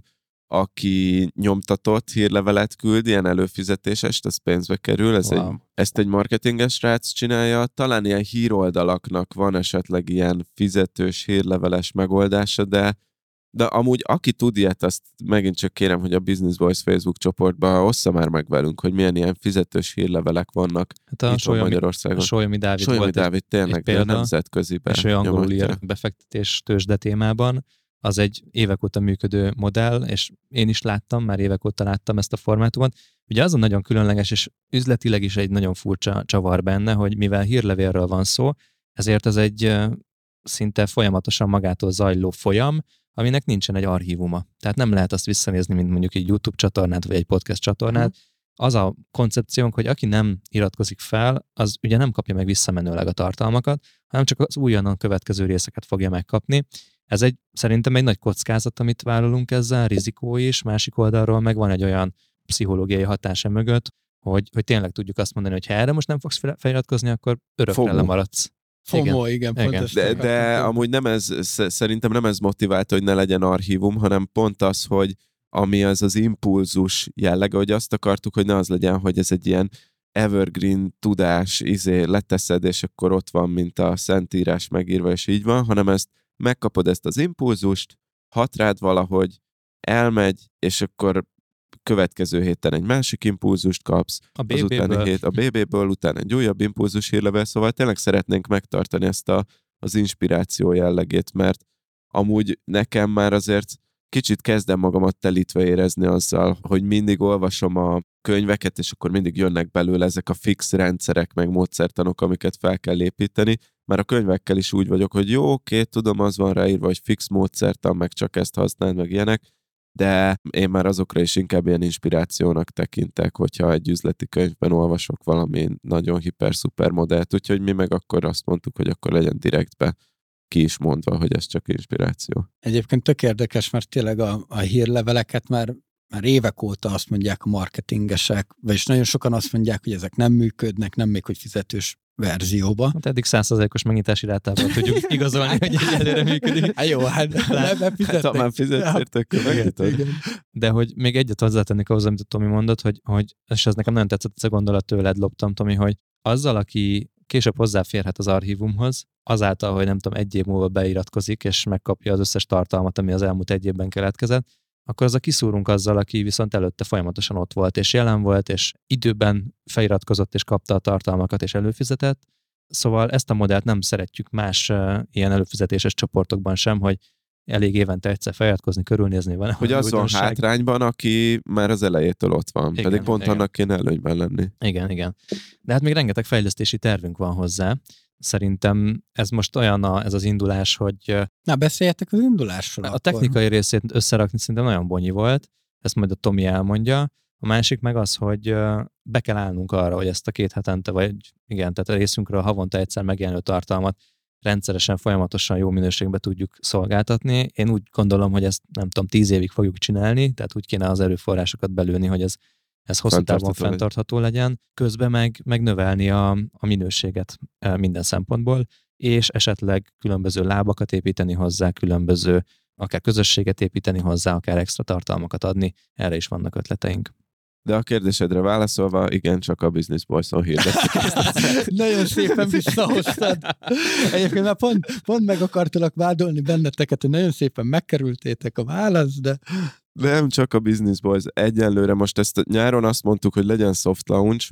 C: aki nyomtatott hírlevelet küld, ilyen előfizetésest, az pénzbe kerül, ez
B: Wow.
C: egy, ezt egy marketinges srác csinálja, talán ilyen híroldalaknak van esetleg ilyen fizetős hírleveles megoldása, de de amúgy aki tud ilyet, azt megint csak kérem, hogy a Business Boys Facebook csoportba ossza már meg velünk, hogy milyen ilyen fizetős hírlevelek vannak
B: Hát a
C: itthon
B: Sólyomi,
C: Magyarországon.
B: a Sólyomi Dávid
C: Sólyomi
B: volt
C: Dávid
B: egy,
C: tényleg
B: egy
C: de
B: példa,
C: nemzetközibe
B: és ő angolul
C: nyomatja.
B: ír befektetés tőzsde témában. Az egy évek óta működő modell, és én is láttam, már évek óta láttam ezt a formátumot. Ugye azon nagyon különleges, és üzletileg is egy nagyon furcsa csavar benne, hogy mivel hírlevélről van szó, ezért ez egy ö, szinte folyamatosan magától zajló folyam, aminek nincsen egy archívuma. Tehát nem lehet azt visszanézni, mint mondjuk egy YouTube csatornát, vagy egy podcast csatornát.
D: Mhm.
B: Az a koncepciónk, hogy aki nem iratkozik fel, az ugye nem kapja meg visszamenőleg a tartalmakat, hanem csak az újonnan következő részeket fogja megkapni. Ez egy, szerintem egy nagy kockázat, amit vállalunk ezzel, rizikó is, másik oldalról meg van egy olyan pszichológiai hatása mögött, hogy, hogy tényleg tudjuk azt mondani, hogy ha erre most nem fogsz fel- feliratkozni, akkor örökre
C: Fogó.
B: lemaradsz.
D: FOMO, igen.
B: igen.
D: igen.
C: De, de amúgy nem ez, szerintem nem ez motiválta, hogy ne legyen archívum, hanem pont az, hogy ami az az impulzus jellege, hogy azt akartuk, hogy ne az legyen, hogy ez egy ilyen evergreen tudás, izé, leteszed, és akkor ott van, mint a szentírás megírva, és így van, hanem ezt megkapod ezt az impulzust, hat rád valahogy, elmegy, és akkor következő héten egy másik impulzust kapsz,
B: a
C: az utáni hét a bé béből, utána egy újabb impulzus hírlevél, szóval tényleg szeretnénk megtartani ezt a, az inspiráció jellegét, mert amúgy nekem már azért kicsit kezdem magamat telítve érezni azzal, hogy mindig olvasom a könyveket, és akkor mindig jönnek belőle ezek a fix rendszerek, meg módszertanok, amiket fel kell építeni. Már a könyvekkel is úgy vagyok, hogy jó, oké, tudom, az van ráírva, hogy fix módszertan, meg csak ezt használd, meg ilyenek, de én már azokra is inkább ilyen inspirációnak tekintek, hogyha egy üzleti könyvben olvasok valami nagyon hiper-szuper modellt, úgyhogy mi meg akkor azt mondtuk, hogy akkor legyen direktbe ki is mondva, hogy ez csak inspiráció.
D: Egyébként tök érdekes, mert tényleg a, a hírleveleket már, már évek óta azt mondják a marketingesek, vagyis nagyon sokan azt mondják, hogy ezek nem működnek, nem még hogy fizetős verzióba.
B: Hát eddig száz százalékos megnyitási rátával tudjuk igazolni, hogy egyelőre működik.
D: Hát jó, hát nem, nem fizettek.
C: Hát, ha már fizetsz, akkor megnyitod.
B: De hogy még egyet hozzátennék ahhoz, amit a Tomi mondott, hogy, hogy és ez nekem nagyon tetszett, ez a gondolat tőled loptam, Tomi, hogy azzal, aki később hozzáférhet az archívumhoz, azáltal, hogy nem tudom, egy év múlva beiratkozik, és megkapja az összes tartalmat, ami az elmúlt egy évben keletkezett, akkor az a kiszúrunk azzal, aki viszont előtte folyamatosan ott volt, és jelen volt, és időben feliratkozott, és kapta a tartalmakat, és előfizetett. Szóval ezt a modellt nem szeretjük más uh, ilyen előfizetéses csoportokban sem, hogy elég évente egyszer feliratkozni, körülnézni van.
C: Hogy az van hátrányban, aki már az elejétől ott van, igen, pedig pont igen. Annak kéne előnyben lenni.
B: Igen, igen. De hát még rengeteg fejlesztési tervünk van hozzá. Szerintem ez most olyan a, ez az indulás, hogy...
D: Na, beszéljetek az indulásról.
B: A
D: akkor.
B: technikai részét összerakni szerintem nagyon bonyi volt, ezt majd a Tomi elmondja. A másik meg az, hogy be kell állnunk arra, hogy ezt a két hetente, vagy igen, tehát a részünkről havonta egyszer megjelenő tartalmat rendszeresen, folyamatosan jó minőségben tudjuk szolgáltatni. Én úgy gondolom, hogy ezt nem tudom, tíz évig fogjuk csinálni, tehát úgy kéne az erőforrásokat belőni, hogy ez ez hosszú távon fenntartható legyen, közben meg, meg növelni a, a minőséget minden szempontból, és esetleg különböző lábakat építeni hozzá, különböző akár közösséget építeni hozzá, akár extra tartalmakat adni, erre is vannak ötleteink.
C: De a kérdésedre válaszolva, igen, csak a Business Boys-on hirdettük.
D: Nagyon szépen visszahoztad. Egyébként már pont, pont meg akartalak vádolni benneteket, hogy nagyon szépen megkerültétek a választ, de...
C: Nem csak a Business Boys. Egyenlőre most ezt nyáron azt mondtuk, hogy legyen soft launch,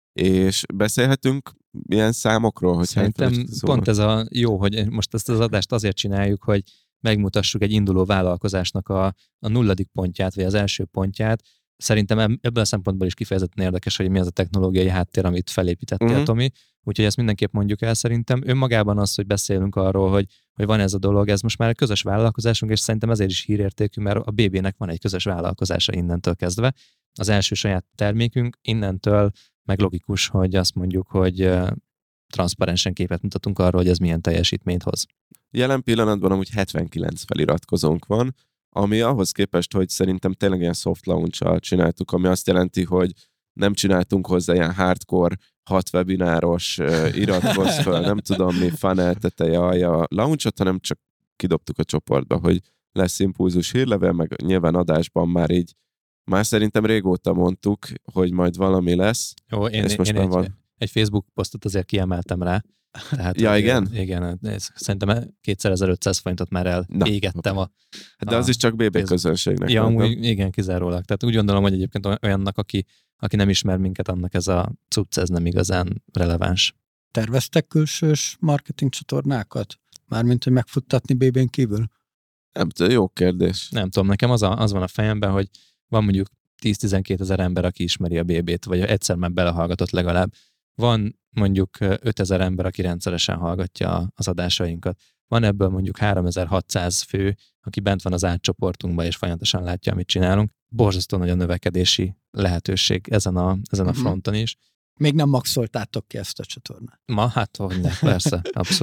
C: és beszélhetünk ilyen számokról, hogy
B: szerintem pont ez a jó, hogy most ezt az adást azért csináljuk, hogy megmutassuk egy induló vállalkozásnak a, a nulladik pontját, vagy az első pontját. Szerintem ebből a szempontból is kifejezetten érdekes, hogy mi az a technológiai háttér, amit felépítettél, uh-huh. Tomi. Úgyhogy ezt mindenképp mondjuk el szerintem. Önmagában az, hogy beszélünk arról, hogy, hogy van ez a dolog, ez most már egy közös vállalkozásunk, és szerintem ezért is hírértékű, mert a bé bének van egy közös vállalkozása innentől kezdve. Az első saját termékünk, innentől meg logikus, hogy azt mondjuk, hogy transzparensen képet mutatunk arról, hogy ez milyen teljesítményt hoz.
C: Jelen pillanatban amúgy hetvenkilenc feliratkozónk van, ami ahhoz képest, hogy szerintem tényleg ilyen soft launch-al csináltuk, ami azt jelenti, hogy nem csináltunk hozzá ilyen hardcore, hat webináros, uh, iratkozz föl, nem tudom mi, funnel teteje, alja launchot, hanem csak kidobtuk a csoportba, hogy lesz impulzus hírlevél, meg nyilván adásban már így, már szerintem régóta mondtuk, hogy majd valami lesz.
B: Jó, én,
C: és most
B: én
C: már
B: egy,
C: van.
B: egy Facebook posztot azért kiemeltem rá. Tehát,
C: ja, igen?
B: Igen, ez, szerintem kétezer-ötszáz forintot már elégettem. A,
C: de az
B: a,
C: is csak bé bé közönségnek.
B: Ja, amúgy, igen, kizárólag. Tehát úgy gondolom, hogy egyébként olyannak, aki, aki nem ismer minket, annak ez a cucc, ez nem igazán releváns.
D: Terveztek külsős marketing csatornákat? Mármint, hogy megfuttatni bé bén kívül?
C: Nem tudom, jó kérdés.
B: Nem tudom, nekem az, a, az van a fejemben, hogy van mondjuk tíz-tizenkét ezer ember, aki ismeri a bé bét, vagy egyszer már belehallgatott legalább. Van mondjuk ötezer ember, aki rendszeresen hallgatja az adásainkat. Van ebből mondjuk háromezer-hatszáz fő, aki bent van az átcsoportunkban, és folyamatosan látja, amit csinálunk. Borzasztó nagy a növekedési lehetőség ezen a, ezen a fronton is.
D: Még nem maxoltátok ki ezt a csatornát?
B: Ma? Hát hogy ne, persze, abszolút.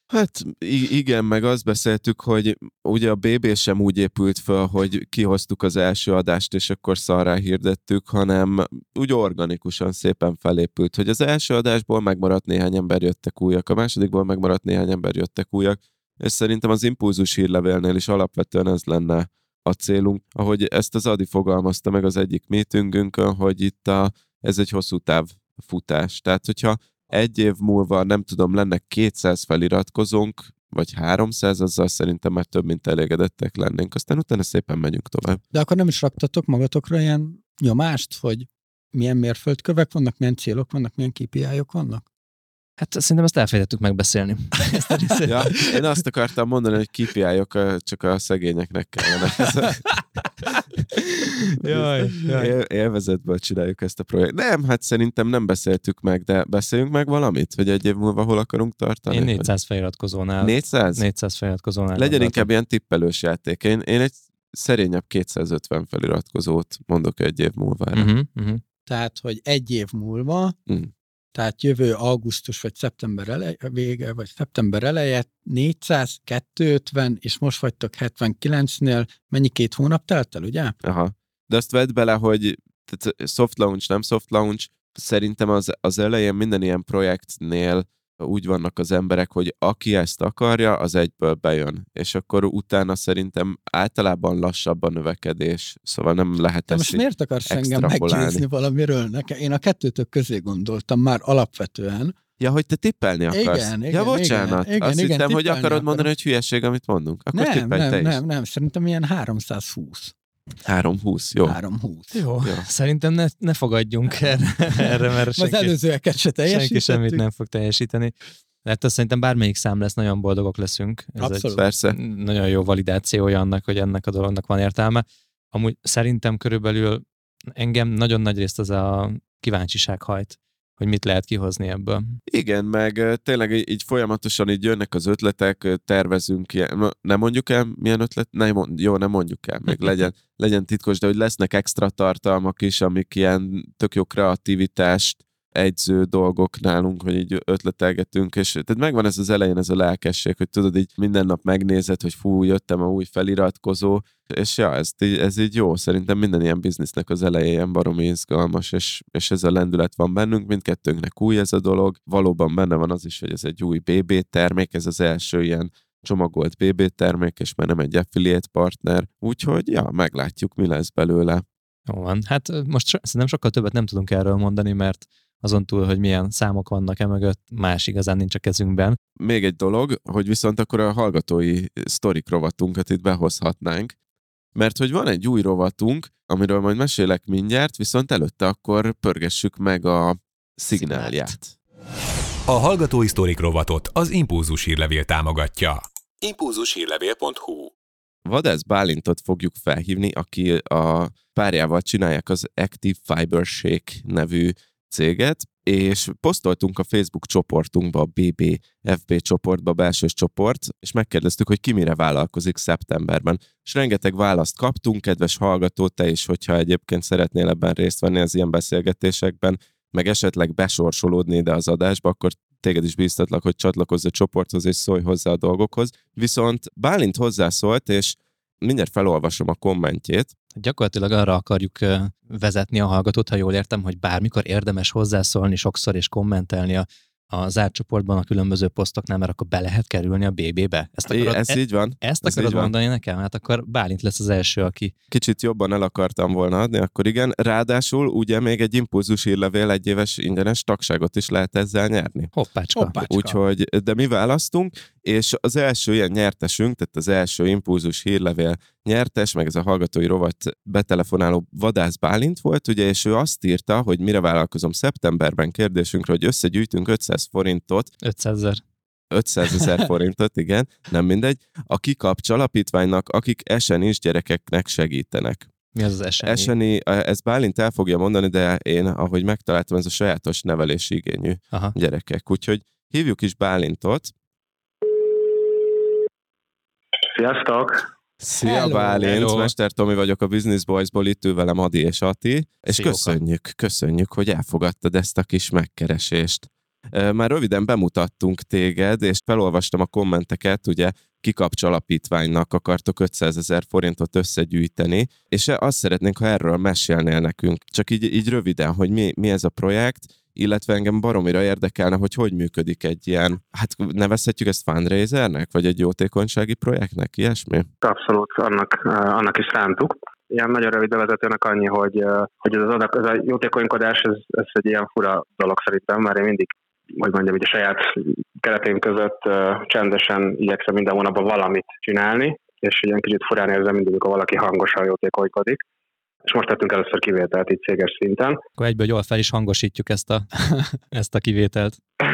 C: Hát igen, meg azt beszéltük, hogy ugye a bé bé sem úgy épült fel, hogy kihoztuk az első adást, és akkor szarrá hirdettük, hanem úgy organikusan szépen felépült, hogy az első adásból megmaradt néhány ember, jöttek újak, a másodikból megmaradt néhány ember, jöttek újak, és szerintem az impulzus hírlevélnél is alapvetően ez lenne a célunk, ahogy ezt az Adi fogalmazta meg az egyik meetingünkön, hogy itt a, ez egy hosszú táv futás. Tehát, hogyha egy év múlva, nem tudom, lenne kétszáz feliratkozónk, vagy háromszáz, azzal szerintem már több, mint elégedettek lennénk. Aztán utána szépen megyünk tovább.
D: De akkor nem is raktatok magatokra ilyen nyomást, hogy milyen mérföldkövek vannak, milyen célok vannak, milyen ká pé í-ok vannak?
B: Hát szerintem ezt elfelejtettük megbeszélni.
C: Ja, én azt akartam mondani, hogy ká pé í-ok csak a szegényeknek kellene.
B: Jaj, jaj.
C: Él, élvezetből csináljuk ezt a projekt. Nem, hát szerintem nem beszéltük meg, de beszéljünk meg valamit, hogy egy év múlva hol akarunk tartani?
B: Én négyszáz feliratkozónál.
C: négyszáz?
B: négyszáz feliratkozónál.
C: Legyen inkább ilyen tippelős játék. Én, én egy szerényebb kétszázötven feliratkozót mondok egy év múlva.
B: Uh-huh, uh-huh.
D: Tehát, hogy egy év múlva, mm. tehát jövő augusztus vagy szeptember eleje, vége, vagy szeptember eleje négyszáz, kétszázötven, és most vagytok hetvenkilencnél, mennyi két hónap telt el, ugye?
C: Aha. De azt vedd bele, hogy tehát soft launch, nem soft launch, szerintem az, az elején minden ilyen projektnél úgy vannak az emberek, hogy aki ezt akarja, az egyből bejön. És akkor utána szerintem általában lassabb a növekedés. Szóval nem lehet
D: de
C: ezt
D: most miért akarsz engem meggyőzni valamiről? Nekem, én a kettőtök közé gondoltam már alapvetően.
C: Ja, hogy te tippelni akarsz.
D: Igen, igen,
C: ja, bocsánat.
D: Igen,
C: Azt
D: igen,
C: hittem, hogy akarod
D: akarom.
C: mondani, hogy hülyeség, amit mondunk. Akkor
D: nem,
C: tippelj
D: nem,
C: te
D: nem,
C: is.
D: nem, szerintem ilyen háromszázhúsz.
C: háromszázhúsz, jó.
D: háromszázhúsz.
B: Jó,
C: Jó.
B: Szerintem ne, ne fogadjunk erre, erre mert
D: senki, az előzőeket se teljesítettük.
B: Senki semmit nem fog teljesíteni. Lehet, azt szerintem bármelyik szám lesz, nagyon boldogok leszünk. Ez
D: abszolút.
C: Egy persze.
B: Nagyon jó validációja annak, hogy ennek a dolognak van értelme. Amúgy szerintem körülbelül engem nagyon nagy részt az a kíváncsiság hajt, hogy mit lehet kihozni ebből.
C: Igen, meg tényleg így, így folyamatosan így jönnek az ötletek, tervezünk ilyen, nem mondjuk el, milyen ötlet? Ne, jó, nem mondjuk el, még legyen, legyen titkos, de hogy lesznek extra tartalmak is, amik ilyen tök jó kreativitást egyző dolgok nálunk, hogy így ötletelgetünk, és tehát megvan ez az elején ez a lelkesség, hogy tudod, így minden nap megnézed, hogy fú, jöttem a új feliratkozó, és ja, ez, ez így jó, szerintem minden ilyen biznisznek az eleje ilyen baromi izgalmas, és, és ez a lendület van bennünk, mindkettőnknek új ez a dolog, valóban benne van az is, hogy ez egy új bé bé termék, ez az első ilyen csomagolt bé bé termék, és már nem egy affiliate partner, úgyhogy ja, meglátjuk, mi lesz belőle.
B: Jó van, hát most so, szerintem sokkal többet nem tudunk erről mondani, mert azon túl, hogy milyen számok vannak e mögött, más igazán nincs a kezünkben.
C: Még egy dolog, hogy viszont akkor a hallgatói sztorik rovatunkat itt behozhatnánk, mert hogy van egy új rovatunk, amiről majd mesélek mindjárt, viszont előtte akkor pörgessük meg a szignálját.
A: A hallgatói sztorik rovatot az Impulzus hírlevél támogatja. impulzus hírlevél pont hu
C: Vadász Bálintot fogjuk felhívni, aki a párjával csinálják az Active Fiber Shake nevű céget, és posztoltunk a Facebook csoportunkba, a bé bé ef bé csoportba, belsős csoport, és megkérdeztük, hogy ki mire vállalkozik szeptemberben. És rengeteg választ kaptunk, kedves hallgató, te is, hogyha egyébként szeretnél ebben részt venni az ilyen beszélgetésekben, meg esetleg besorsolódni ide az adásba, akkor téged is bíztatlak, hogy csatlakozz a csoporthoz, és szólj hozzá a dolgokhoz. Viszont Bálint hozzászólt, és mindjárt felolvasom a kommentjét.
B: Gyakorlatilag arra akarjuk vezetni a hallgatót, ha jól értem, hogy bármikor érdemes hozzászólni sokszor és kommentelni a, a zárt csoportban a különböző posztoknál, mert akkor be lehet kerülni a bé bé-be. Ezt akarod,
C: Ez
B: e,
C: így van.
B: Ezt
C: ez
B: akarod
C: van.
B: mondani nekem? Hát akkor Bálint lesz az első, aki...
C: Kicsit jobban el akartam volna adni, akkor igen. Ráadásul ugye még egy impulzus hírlevél egy éves ingyenes tagságot is lehet ezzel nyerni.
B: Hoppácska.
D: Hoppácska.
C: Úgyhogy, de mi választunk, és az első ilyen nyertesünk, tehát az első impulzus hírlevél nyertes, meg ez a hallgatói rovat betelefonáló Vadász Bálint volt, ugye, és ő azt írta, hogy mire vállalkozom szeptemberben kérdésünkre, hogy összegyűjtünk ötszáz forintot,
B: ötszázezer.
C: ötszázezer forintot, igen, nem mindegy, a Kikapcs alapítványnak, akik esen is gyerekeknek segítenek.
B: Mi az az eseni?
C: Eseni, ezt Bálint el fogja mondani, de én, ahogy megtaláltam, ez a sajátos nevelési igényű
B: Aha.
C: gyerekek. Úgyhogy hívjuk is Bálintot.
E: Sziasztok!
C: Szia
D: Hello.
C: Bálint,
B: Hello.
C: Mester Tomi vagyok a Business Boys-ból, itt ül velem Adi és Ati, és
B: Szióka.
C: köszönjük, köszönjük, hogy elfogadtad ezt a kis megkeresést. Már röviden bemutattunk téged, és felolvastam a kommenteket, ugye Kikapcs alapítványnak akartok ötszázezer forintot összegyűjteni, és azt szeretnénk, ha erről mesélnél nekünk. Csak így, így röviden, hogy mi, mi ez a projekt, illetve engem baromira érdekelne, hogy hogy működik egy ilyen, hát nevezhetjük ezt fundraisernek, vagy egy jótékonysági projektnek, ilyesmi?
E: Abszolút, annak, annak is szántuk. Ilyen nagyon rövid bevezetőnek annyi, hogy, hogy ez, az adak, ez a jótékonykodás, ez, ez egy ilyen fura dolog szerintem, mert én mindig, hogy mondjam, így a saját kereteim között uh, csendesen igyekszem minden hónapban valamit csinálni, és ilyen kicsit furán érzem mindig, amikor valaki hangosan jótékonykodik. És most tettünk először kivételt itt céges szinten.
B: Akkor egyből jól fel is hangosítjuk ezt a, ezt a kivételt.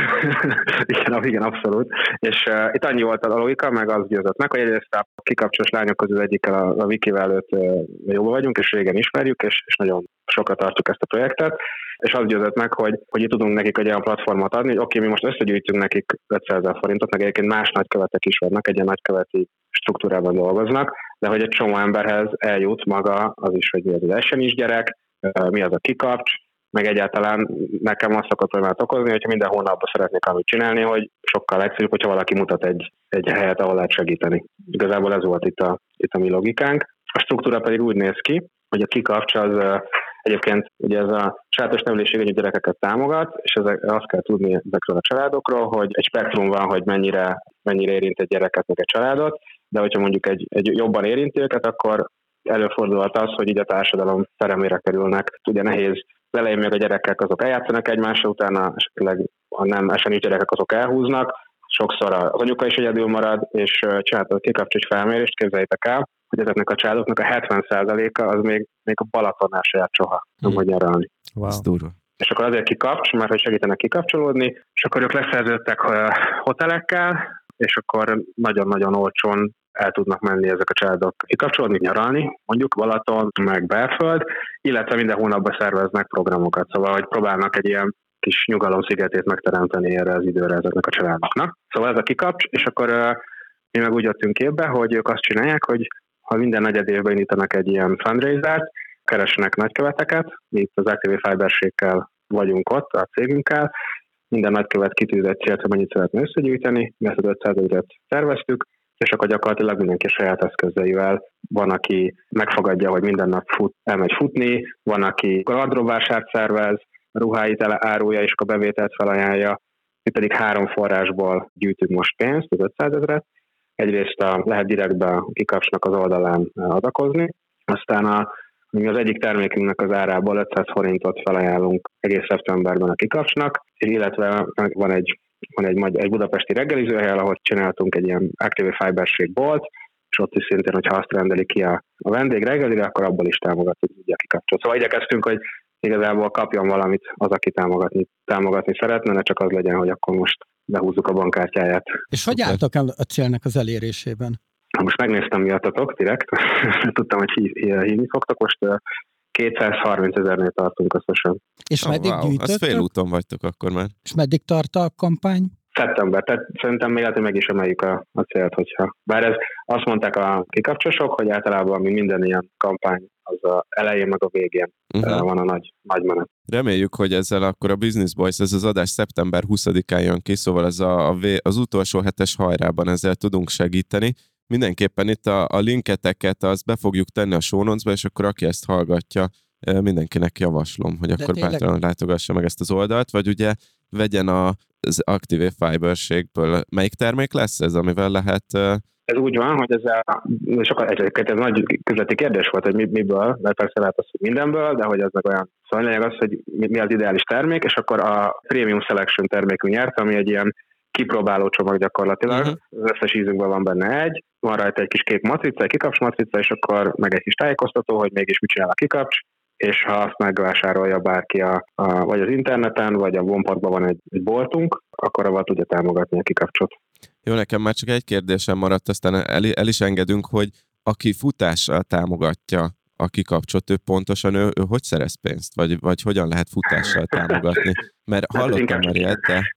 E: igen, igen, abszolút. És uh, itt annyi volt a logika, meg az győzött meg, hogy egyrészt a kikapcsolós lányok közül egyikkel a, a Vikivel előtt uh, jóban vagyunk, és régen ismerjük, és, és nagyon sokra tartjuk ezt a projektet. És az győzött meg, hogy, hogy itt tudunk nekik egy olyan platformot adni, hogy oké, okay, mi most összegyűjtünk nekik ötszázezer forintot, meg egyébként más nagykövetek is vannak, egy ilyen nagyköveti struktúrában dolgoznak, de hogy egy csomó emberhez eljut maga az is, hogy mi az az es en is gyerek, mi az a kikapcs, meg egyáltalán nekem azt szokott problémát okozni, hogyha minden hónapban szeretnék amit csinálni, hogy sokkal egyszerűbb, hogyha valaki mutat egy, egy helyet, ahol lehet segíteni. Igazából ez volt itt a, itt a mi logikánk. A struktúra pedig úgy néz ki, hogy a kikapcs az egyébként ugye ez a sajátos nevelésigényű gyerekeket támogat, és ezek, azt kell tudni ezekről a családokról, hogy egy spektrum van, hogy mennyire, mennyire érint egy gyereket, meg egy családot, de hogyha mondjuk egy, egy jobban érinti őket, akkor előfordulhat az, hogy így a társadalom peremére kerülnek. Ugye nehéz, elején még a gyerekek azok eljátszanak egymással, utána esetleg a nem es en i gyerekek azok elhúznak, sokszor az anyuka is egyedül marad, és csináltak kikapcs egy felmérést, képzeljétek el, hogy ezeknek a családoknak a hetven százaléka az még, még a Balatonnál se járt soha, nem hogy nyaralni.
B: Wow.
C: Ez durva.
E: És akkor azért kikapcs, mert hogy segítenek kikapcsolódni, és akkor ők leszerződtek hotelekkel, és akkor nagyon-nagyon olcsón el tudnak menni ezek a családok kikapcsolódni, nyaralni, mondjuk Balaton, meg Belföld, illetve minden hónapban szerveznek programokat, szóval hogy próbálnak egy ilyen kis nyugalom szigetét megteremteni erre az időre ezeknek a családoknak. Szóval ez a kikapcs, és akkor uh, mi meg úgy jöttünk képbe, hogy ők azt csinálják, hogy ha minden negyed évben indítanak egy ilyen fundraisert, keresnek nagyköveteket, mi itt az Active Fiberségkel vagyunk ott, a cégünkkel, minden nagykövet kitűz egy célt, hogy mennyit szeretne összegyűjteni, mi ezt az ötszázezret terveztük, és akkor gyakorlatilag mindenki saját eszközeivel. Van, aki megfogadja, hogy minden nap fut, elmegy futni, van, aki gardróbvásárt szervez, ruháit árulja, és akkor bevételt felajánlja. Mi pedig három forrásból gyűjtünk most pénzt, az ötszázezret. Egyrészt a, lehet direktbe a Kikapcsnak az oldalán adakozni, aztán a, az egyik termékünknek az árából ötszáz forintot felajánlunk egész szeptemberben a Kikapcsnak, illetve van egy, van egy, egy budapesti reggelizőhely, ahol csináltunk egy ilyen Active Fiberség bolt, és ott is szintén, hogyha azt rendeli ki a, a vendég reggelire, akkor abból is támogatjuk ugye a Kikapcsot. Szóval igyekeztünk, hogy igazából kapjon valamit az, aki támogatni, támogatni szeretne, ne csak az legyen, hogy akkor most behúzzuk a bankkártyáját.
D: És hogy álltak el a célnak az elérésében?
E: Most megnéztem miattatok direkt, tudtam, hogy hívni fogtok, most kétszázharminc ezernél tartunk összesen.
D: És meddig
C: oh, wow.
D: gyűjtöttek?
C: Az félúton vagytok akkor már.
D: És meddig tart a kampány?
E: Szeptember, tehát szerintem még lehet, hogy meg is emeljük a, a célt, hogyha. Bár ez azt mondták a kikapcsosok, hogy általában mi minden ilyen kampány az a elején meg a végén uh-huh. van a nagy, nagy menet.
C: Reméljük, hogy ezzel akkor a Business Boys, ez az adás szeptember huszadikán jön ki, szóval ez a, a, az utolsó hetes hajrában ezzel tudunk segíteni. Mindenképpen itt a, a linketeket azt be fogjuk tenni a show notes-ba, és akkor aki ezt hallgatja, mindenkinek javaslom, hogy akkor tényleg bátran látogassa meg ezt az oldalt, vagy ugye vegyen az Active Fiberségből. Melyik termék lesz ez, amivel lehet...
E: Ez úgy van, hogy ez, a, sokkal, egyébként ez nagy közleti kérdés volt, hogy miből, mert persze lehet az, hogy mindenből, de hogy ez meg olyan. Szóval lényeg az, hogy mi az ideális termék, és akkor a Premium Selection termékünk nyert, ami egy ilyen kipróbáló csomag gyakorlatilag. Uh-huh. Az összes ízünkben van benne egy, van rajta egy kis kék matrica, egy kikapcs matrica, és akkor meg egy kis tájékoztató, hogy mégis mit csinál a kikapcs, és ha azt megvásárolja bárki a, a, vagy az interneten, vagy a Bonparkban van egy, egy boltunk, akkor avval tudja támogatni a kikapcsot.
C: Jó, nekem már csak egy kérdésem maradt, aztán el, el is engedünk, hogy aki futással támogatja a kikapcsot, ő pontosan ő, ő hogy szerez pénzt? Vagy, vagy hogyan lehet futással támogatni? Mert hallottam már ilyet, de...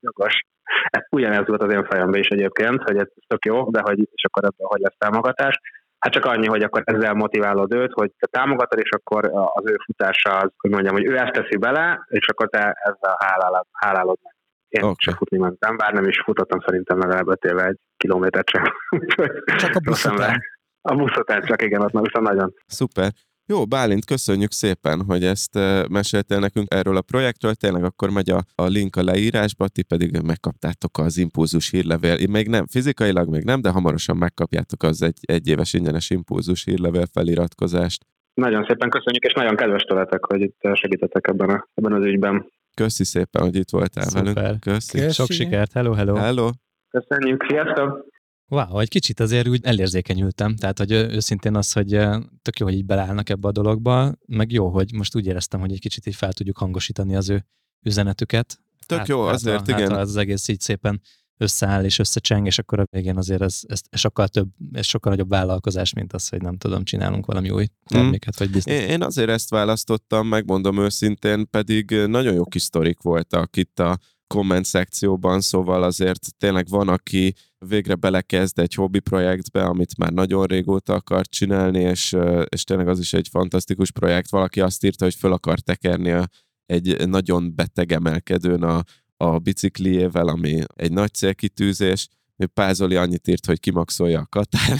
E: Ugyanez volt az én fejemben is egyébként, hogy ez tök jó, de hogy, és akkor ebből hogy lesz támogatás. Hát csak annyi, hogy akkor ezzel motiválod őt, hogy te támogatod, és akkor az ő futása az, hogy mondjam, hogy ő ezt teszi bele, és akkor te ezzel hálálod, hálálod meg. Én
C: Okay.
E: se futni mentem, bár nem is futottam szerintem legalább öt éve egy kilométert sem.
D: Csak a busz után.
E: A busz után csak, igen, ott viszont nagyon.
C: Szuper. Jó, Bálint, köszönjük szépen, hogy ezt uh, meséltél nekünk erről a projektről. Tényleg akkor megy a, a link a leírásba, ti pedig megkaptátok az Impulzus hírlevél. Még nem, fizikailag még nem, de hamarosan megkapjátok az egy egyéves ingyenes Impulzus hírlevél feliratkozást.
E: Nagyon szépen köszönjük, és nagyon kedves tőletek, hogy itt segítettek ebben, a, ebben az ügyben.
C: Köszi szépen, hogy itt voltál
B: Szuper.
C: velünk. Köszi.
D: Köszi.
B: Sok sikert, hello, hello.
C: Hello.
E: Köszönjük, sziasztok!
B: Wow, egy kicsit azért úgy elérzékenyültem, tehát hogy őszintén az, hogy tök jó, hogy így beleállnak ebbe a dologba, meg jó, hogy most úgy éreztem, hogy egy kicsit így fel tudjuk hangosítani az ő üzenetüket.
C: Tök
B: hát,
C: jó,
B: hát,
C: azért
B: hát,
C: igen.
B: Hát, az egész így szépen összeáll és összecseng, és akkor a végén azért ez, ez sokkal több, ez sokkal nagyobb vállalkozás, mint az, hogy nem tudom, csinálunk valami új terméket, vagy bizniszt.
C: Én, én azért ezt választottam, megmondom őszintén, pedig nagyon jó kis sztorik voltak itt a komment szekcióban, szóval azért tényleg van, aki végre belekezd egy hobbi projektbe, amit már nagyon régóta akart csinálni, és, és tényleg az is egy fantasztikus projekt. Valaki azt írta, hogy föl akar tekerni a, egy nagyon beteg emelkedőn a, a bicikliével, ami egy nagy célkitűzés. Pázoli annyit írt, hogy kimaxolja a Katát.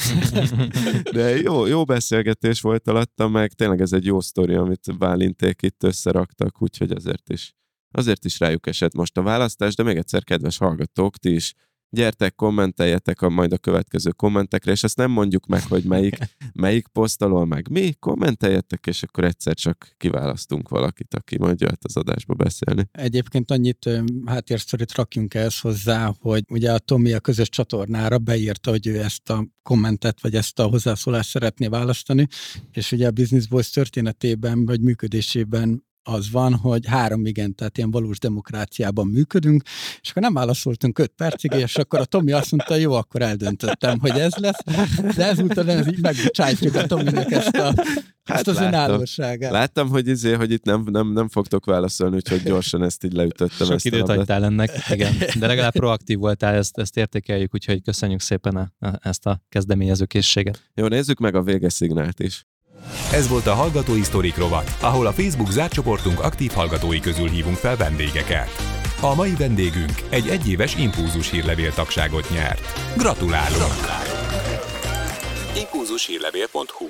C: De jó, jó beszélgetés volt alatta, meg tényleg ez egy jó sztori, amit Bálinték itt összeraktak, úgyhogy azért is Azért is rájuk esett most a választás, de még egyszer, kedves hallgatók, ti is gyertek, kommenteljetek a, majd a következő kommentekre, és ezt nem mondjuk meg, hogy melyik, melyik poszt alól meg mi, kommenteljetek, és akkor egyszer csak kiválasztunk valakit, aki majd jöhet az adásba beszélni.
D: Egyébként annyit háttérsztorit rakjunk ehhez hozzá, hogy ugye a Tomi a közös csatornára beírta, hogy ő ezt a kommentet, vagy ezt a hozzászólást szeretné választani, és ugye a Business Boys történetében, vagy működésében az van, hogy három igen, tehát ilyen valós demokráciában működünk, és akkor nem válaszoltunk öt percig, és akkor a Tomi azt mondta, jó, akkor eldöntöttem, hogy ez lesz, de ezúttal ez így megbocsájtjuk a Tominak ezt, a,
C: Hát
D: ezt az
C: láttam.
D: önállóságát.
C: Láttam, hogy izé, hogy itt nem, nem, nem fogtok válaszolni, úgyhogy gyorsan ezt így leütöttem.
B: Sok
C: ezt
B: időt
C: a labdát.
B: adtál ennek, igen. De legalább proaktív voltál, ezt, ezt értékeljük, úgyhogy köszönjük szépen a, a, ezt a kezdeményező készséget.
C: Jó, nézzük meg a véges szignált is.
A: Ez volt a Hallgatói Sztorik rovat, ahol a Facebook zárt csoportunk aktív hallgatói közül hívunk fel vendégeket. A mai vendégünk egy egyéves Impulzus hírlevél tagságot nyert. Gratulálunk! Gratulálunk. impulzus hírlevél pont hu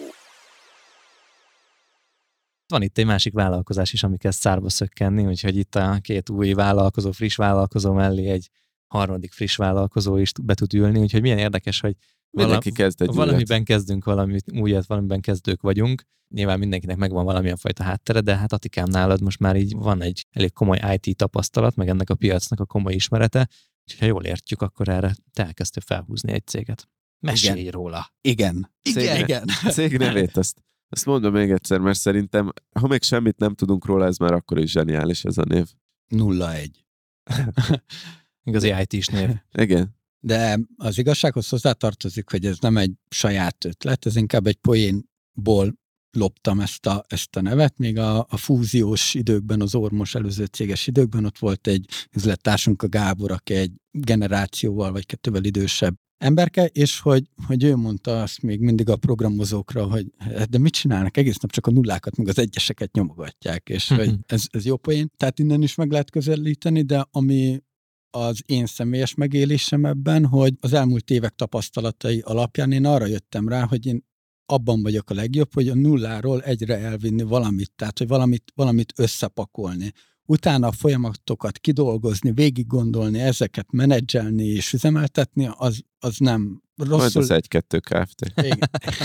B: Van itt egy másik vállalkozás is, ami kezd szárba szökkenni, úgyhogy itt a két új vállalkozó, friss vállalkozó mellé egy harmadik friss vállalkozó is be tud ülni, úgyhogy milyen érdekes, hogy
C: Mindenki kezd egy
B: valamiben újat. kezdünk valamit újat, valamiben kezdők vagyunk. Nyilván mindenkinek megvan valamilyen fajta háttere, de hát Atikám, nálad most már így van egy elég komoly i té tapasztalat, meg ennek a piacnak a komoly ismerete, úgyhogy ha jól értjük, akkor erre te elkezdtél felhúzni egy céget. Mesélj
D: Igen.
B: róla!
D: Igen.
B: Igen.
D: Igen.
C: Cég nevét, azt, azt mondom még egyszer, mert szerintem, ha még semmit nem tudunk róla, ez már akkor is zseniális ez a név.
D: nulla egy.
B: Igazi i té-s név.
C: Igen.
D: De az igazsághoz hozzátartozik, hogy ez nem egy saját ötlet, ez inkább egy poénból loptam ezt a, ezt a nevet. Még a, a fúziós időkben, az Ormos előző céges időkben ott volt egy üzlettársunk, a Gábor, aki egy generációval vagy kettővel idősebb emberke, és hogy, hogy ő mondta azt még mindig a programozókra, hogy de mit csinálnak? Egész nap csak a nullákat, meg az egyeseket nyomogatják, és hogy ez, ez jó poén. Tehát innen is meg lehet közelíteni, de ami az én személyes megélésem ebben, hogy az elmúlt évek tapasztalatai alapján én arra jöttem rá, hogy én abban vagyok a legjobb, hogy a nulláról egyre elvinni valamit, tehát hogy valamit, valamit összepakolni. Utána a folyamatokat kidolgozni, végig gondolni, ezeket menedzselni és üzemeltetni, az, az nem rosszul.
C: Majd az egy-kettő Kft.
D: Igen.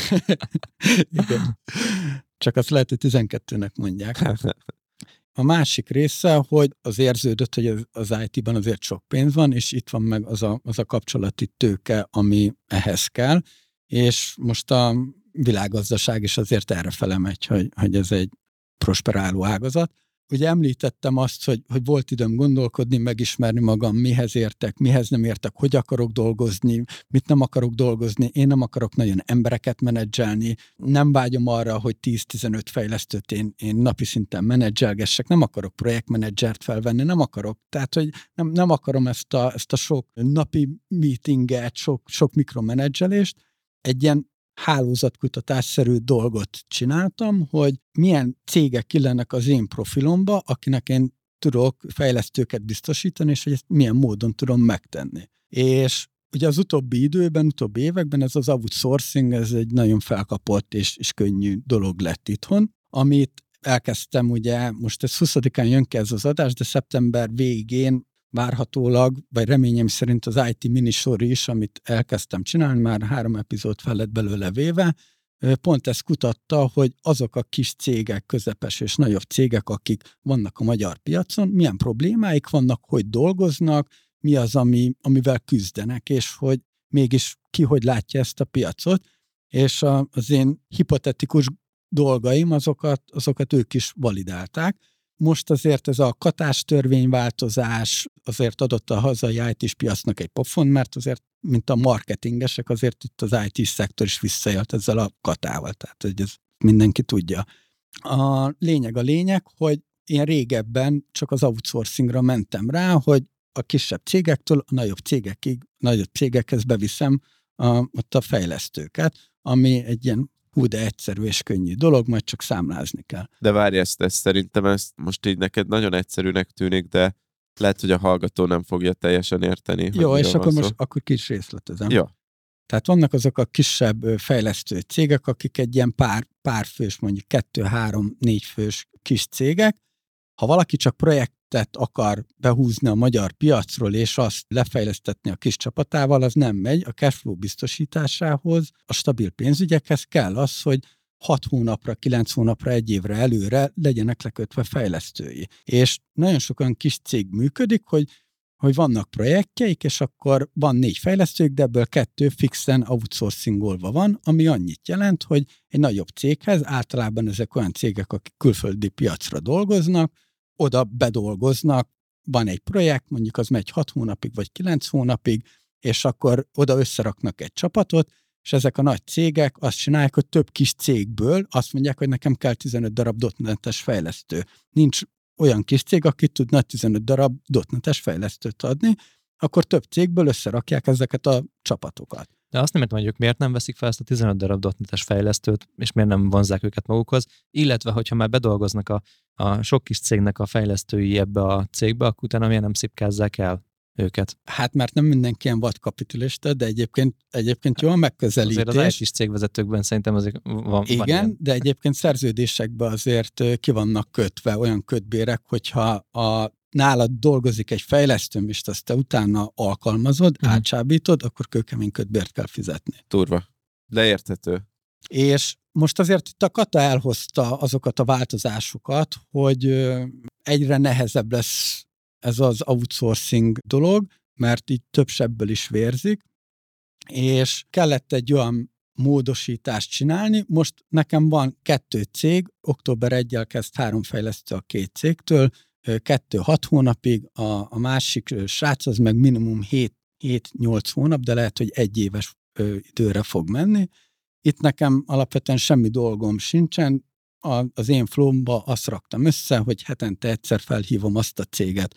D: Igen. Csak azt lehet, hogy tizenkettőnek mondják. A másik része, hogy az érződött, hogy az i té-ben azért sok pénz van, és itt van meg az a, az a kapcsolati tőke, ami ehhez kell, és most a világgazdaság is azért erre fele megy, hogy, hogy ez egy prosperáló ágazat. Ugye említettem azt, hogy, hogy volt időm gondolkodni, megismerni magam, mihez értek, mihez nem értek, hogy akarok dolgozni, mit nem akarok dolgozni, én nem akarok nagyon embereket menedzselni, nem vágyom arra, hogy tíz-tizenöt fejlesztőt én, én napi szinten menedzselgessek, nem akarok projektmenedzsert felvenni, nem akarok, tehát hogy nem, nem akarom ezt a, ezt a sok napi meetinget, sok, sok mikromenedzselést, egy ilyen hálózatkutatásszerű dolgot csináltam, hogy milyen cégek illenek az én profilomba, akinek én tudok fejlesztőket biztosítani, és hogy ezt milyen módon tudom megtenni. És ugye az utóbbi időben, utóbbi években ez az outsourcing, ez egy nagyon felkapott és, és könnyű dolog lett itthon, amit elkezdtem ugye, most ez huszadikán jön ki ez az adás, de szeptember végén várhatólag, vagy reményem szerint az i té minisori is, amit elkezdtem csinálni, már három epizód fel lett belőle véve, pont ezt kutatta, hogy azok a kis cégek, közepes és nagyobb cégek, akik vannak a magyar piacon, milyen problémáik vannak, hogy dolgoznak, mi az, ami, amivel küzdenek, és hogy mégis ki hogy látja ezt a piacot, és a, az én hipotetikus dolgaim, azokat, azokat ők is validálták. Most azért ez a katástörvényváltozás azért adott a hazai í té-s piacnak egy pofon, mert azért, mint a marketingesek, azért itt az í té szektor is visszaélt ezzel a katával, tehát hogy ez mindenki tudja. A lényeg a lényeg, hogy én régebben csak az outsourcingra mentem rá, hogy a kisebb cégektől a nagyobb cégekig, nagyobb cégekhez beviszem a, ott a fejlesztőket, ami egy ilyen hú, de egyszerű és könnyű dolog, majd csak számlázni kell.
C: De várj ezt, ezt szerintem ezt most így neked nagyon egyszerűnek tűnik, de lehet, hogy a hallgató nem fogja teljesen érteni.
D: Jó, és akkor most akkor kis részletezem.
C: Jó.
D: Tehát vannak azok a kisebb fejlesztő cégek, akik egy ilyen pár, pár fős, mondjuk kettő, három, négy fős kis cégek. Ha valaki csak projektet akar behúzni a magyar piacról, és azt lefejlesztetni a kis csapatával, az nem megy. A cashflow biztosításához, a stabil pénzügyekhez kell az, hogy hat hónapra, kilenc hónapra, egy évre előre legyenek lekötve fejlesztői. És nagyon sokan kis cég működik, hogy, hogy vannak projektjeik, és akkor van négy fejlesztők, de ebből kettő fixen outsourcingolva van, ami annyit jelent, hogy egy nagyobb céghez, általában ezek olyan cégek, akik külföldi piacra dolgoznak, oda bedolgoznak, van egy projekt, mondjuk az megy hat hónapig, vagy kilenc hónapig, és akkor oda összeraknak egy csapatot, és ezek a nagy cégek azt csinálják, hogy több kis cégből azt mondják, hogy nekem kell tizenöt darab dotnetes fejlesztő. Nincs olyan kis cég, aki tudna tizenöt darab dotnetes fejlesztőt adni, akkor több cégből összerakják ezeket a csapatokat.
B: De azt nem értem, hogy ők miért nem veszik fel ezt a tizenöt darab dotnetes fejlesztőt, és miért nem vonzzák őket magukhoz, illetve hogyha már bedolgoznak a, a sok kis cégnek a fejlesztői ebbe a cégbe, akkor utána miért nem szipkázzák el őket?
D: Hát mert nem mindenki ilyen vadkapitalista, de egyébként, egyébként jó a megközelítés.
B: Azért az í té-s cégvezetőkben szerintem azért van.
D: Igen,
B: van ilyen.
D: De egyébként szerződésekben azért ki vannak kötve olyan kötbérek, hogyha a nálad dolgozik egy fejlesztőm, és azt te utána alkalmazod, uh-huh. átcsábítod, akkor kőkemény kötbért kell fizetni.
C: Turva. De érthető.
D: És most azért itt a Kata elhozta azokat a változásokat, hogy egyre nehezebb lesz ez az outsourcing dolog, mert így több sebből is vérzik, és kellett egy olyan módosítást csinálni. Most nekem van kettő cég, október elseje kezd három fejlesztő a két cégtől, kettő hat hónapig, a, a másik srác az meg minimum hét-nyolc hónap, de lehet, hogy egy éves ö, időre fog menni. Itt nekem alapvetően semmi dolgom sincsen, a, az én flowmba azt raktam össze, hogy hetente egyszer felhívom azt a céget,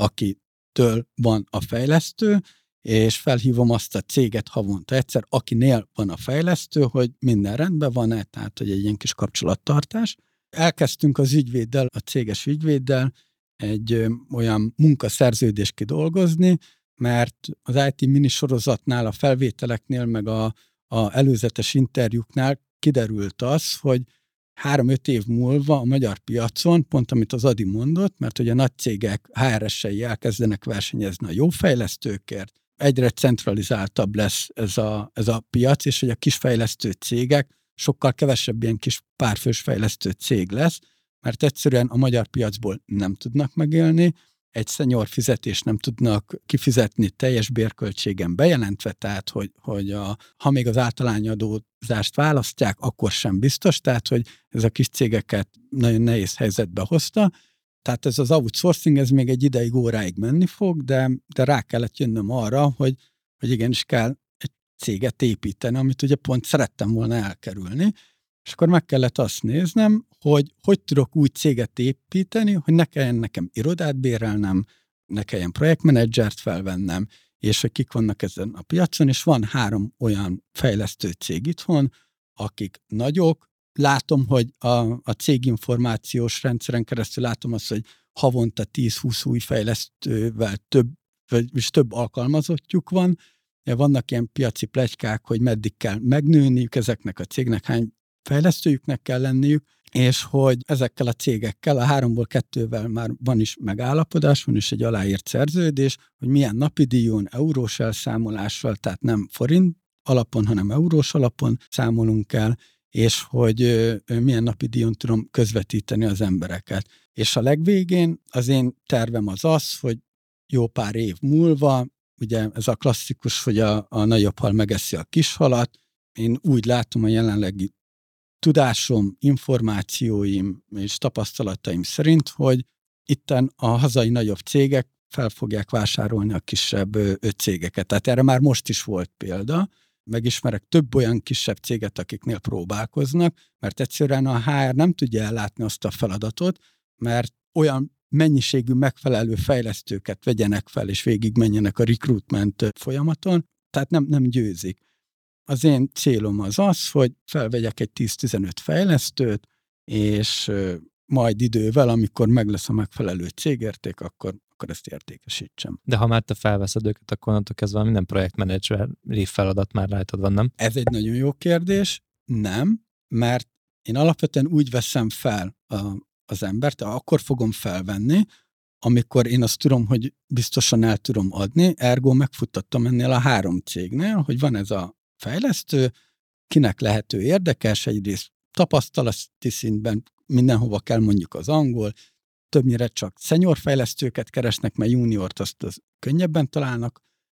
D: akitől van a fejlesztő, és felhívom azt a céget havonta egyszer, akinél van a fejlesztő, hogy minden rendben van-e, tehát hogy egy ilyen kis kapcsolattartás. Elkezdtünk az ügyvéddel, a céges ügyvéddel egy ö, olyan munkaszerződést kidolgozni, mert az í té mini sorozatnál, a felvételeknél, meg a, a előzetes interjúknál kiderült az, hogy három-öt év múlva a magyar piacon, pont amit az Adi mondott, mert hogy a nagy cégek há er es-ei elkezdenek versenyezni a jó fejlesztőkért, egyre centralizáltabb lesz ez a, ez a piac, és hogy a kisfejlesztő cégek sokkal kevesebb ilyen kis párfős fejlesztő cég lesz, mert egyszerűen a magyar piacból nem tudnak megélni, egy senior fizetést nem tudnak kifizetni teljes bérköltségen bejelentve, tehát hogy, hogy a, ha még az általányadózást választják, akkor sem biztos, tehát hogy ez a kis cégeket nagyon nehéz helyzetbe hozta. Tehát ez az outsourcing, ez még egy ideig, óráig menni fog, de, de rá kellett jönnöm arra, hogy, hogy igenis kell egy céget építeni, amit ugye pont szerettem volna elkerülni, és akkor meg kellett azt néznem, hogy hogy tudok úgy céget építeni, hogy ne kelljen nekem irodát bérelnem, ne kelljen projektmenedzsert felvennem, és hogy kik vannak ezen a piacon, és van három olyan fejlesztő cég itthon, akik nagyok. Látom, hogy a, a céginformációs rendszeren keresztül látom azt, hogy havonta tíz-húsz új fejlesztővel több, vagy több alkalmazottjuk van. Vannak ilyen piaci pletykák, hogy meddig kell megnőniük ezeknek a cégnek, hány fejlesztőjüknek kell lenniük, és hogy ezekkel a cégekkel, a háromból kettővel már van is megállapodás, van is egy aláírt szerződés, hogy milyen napi díjon, eurós elszámolással, tehát nem forint alapon, hanem eurós alapon számolunk el, és hogy milyen napi díjon tudom közvetíteni az embereket. És a legvégén az én tervem az az, hogy jó pár év múlva, ugye ez a klasszikus, hogy a, a nagyobb hal megeszi a kis halat, én úgy látom a jelenlegi tudásom, információim és tapasztalataim szerint, hogy itten a hazai nagyobb cégek fel fogják vásárolni a kisebb cégeket. Tehát erre már most is volt példa. Megismerek több olyan kisebb céget, akiknél próbálkoznak, mert egyszerűen a há er nem tudja ellátni azt a feladatot, mert olyan mennyiségű megfelelő fejlesztőket vegyenek fel, és végig menjenek a recruitment folyamaton, tehát nem, nem győzik. Az én célom az az, hogy felvegyek egy tíz-tizenöt fejlesztőt, és majd idővel, amikor meg lesz a megfelelő cégérték, akkor, akkor ezt értékesítsem.
B: De ha már te felveszed őket, akkor onnantól kezdve minden projektmenedzseri feladat már rajtad van, nem?
D: Ez egy nagyon jó kérdés. Nem, mert én alapvetően úgy veszem fel a, az embert, akkor fogom felvenni, amikor én azt tudom, hogy biztosan el tudom adni, ergo megfuttattam ennél a három cégnél, hogy van ez a fejlesztő, kinek lehető érdekes, egyrészt tapasztalati szintben mindenhova kell mondjuk az angol, többnyire csak senior fejlesztőket keresnek, mert juniort azt az könnyebben találnak,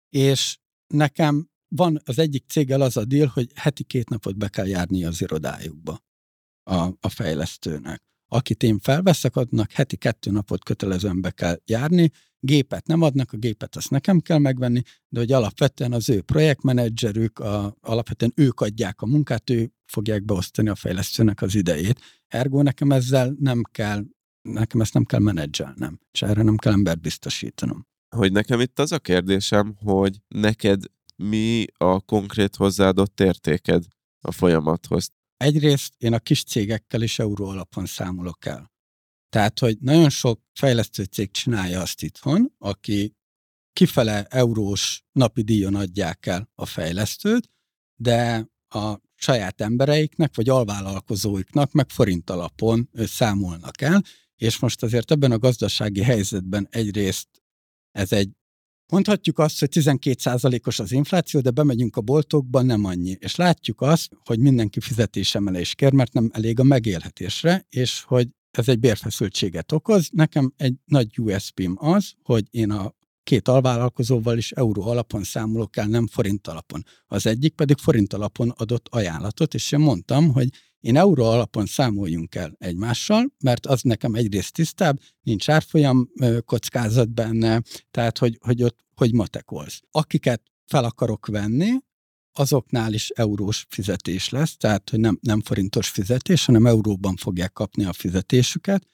D: és nekem van az egyik céggel az a deal, hogy heti két napot be kell járni az irodájukba a, a fejlesztőnek. Akit én felveszek, adnak heti kettő napot kötelezően be kell járni, gépet nem adnak, a gépet azt nekem kell megvenni, de hogy alapvetően az ő projektmenedzserük, a, alapvetően ők adják a munkát, ők fogják beosztani a fejlesztőnek az idejét. Ergo nekem ezzel nem kell, nekem ezt nem kell menedzselnem, és erre nem kell embert biztosítanom.
C: Hogy nekem itt az a kérdésem, hogy neked mi a konkrét hozzáadott értéked a folyamathoz?
D: Egyrészt én a kis cégekkel is euró alapon számolok el. Tehát, hogy nagyon sok fejlesztő cég csinálja azt itthon, aki kifele eurós napi díjon adják el a fejlesztőt, de a saját embereiknek, vagy alvállalkozóiknak meg forint alapon számolnak el, és most azért ebben a gazdasági helyzetben egyrészt ez egy, mondhatjuk azt, hogy tizenkét százalékos az infláció, de bemegyünk a boltokba, nem annyi. És látjuk azt, hogy mindenki fizetésemelést kér, mert nem elég a megélhetésre, és hogy ez egy bérfeszültséget okoz. Nekem egy nagy u es pé-m az, hogy én a két alvállalkozóval is euró alapon számolok el, nem forint alapon. Az egyik pedig forint alapon adott ajánlatot, és én mondtam, hogy én euró alapon számoljunk el egymással, mert az nekem egyrészt tisztább, nincs árfolyam kockázat benne, tehát hogy, hogy ott hogy matekolsz. Akiket fel akarok venni, azoknál is eurós fizetés lesz, tehát hogy nem, nem forintos fizetés, hanem euróban fogják kapni a fizetésüket,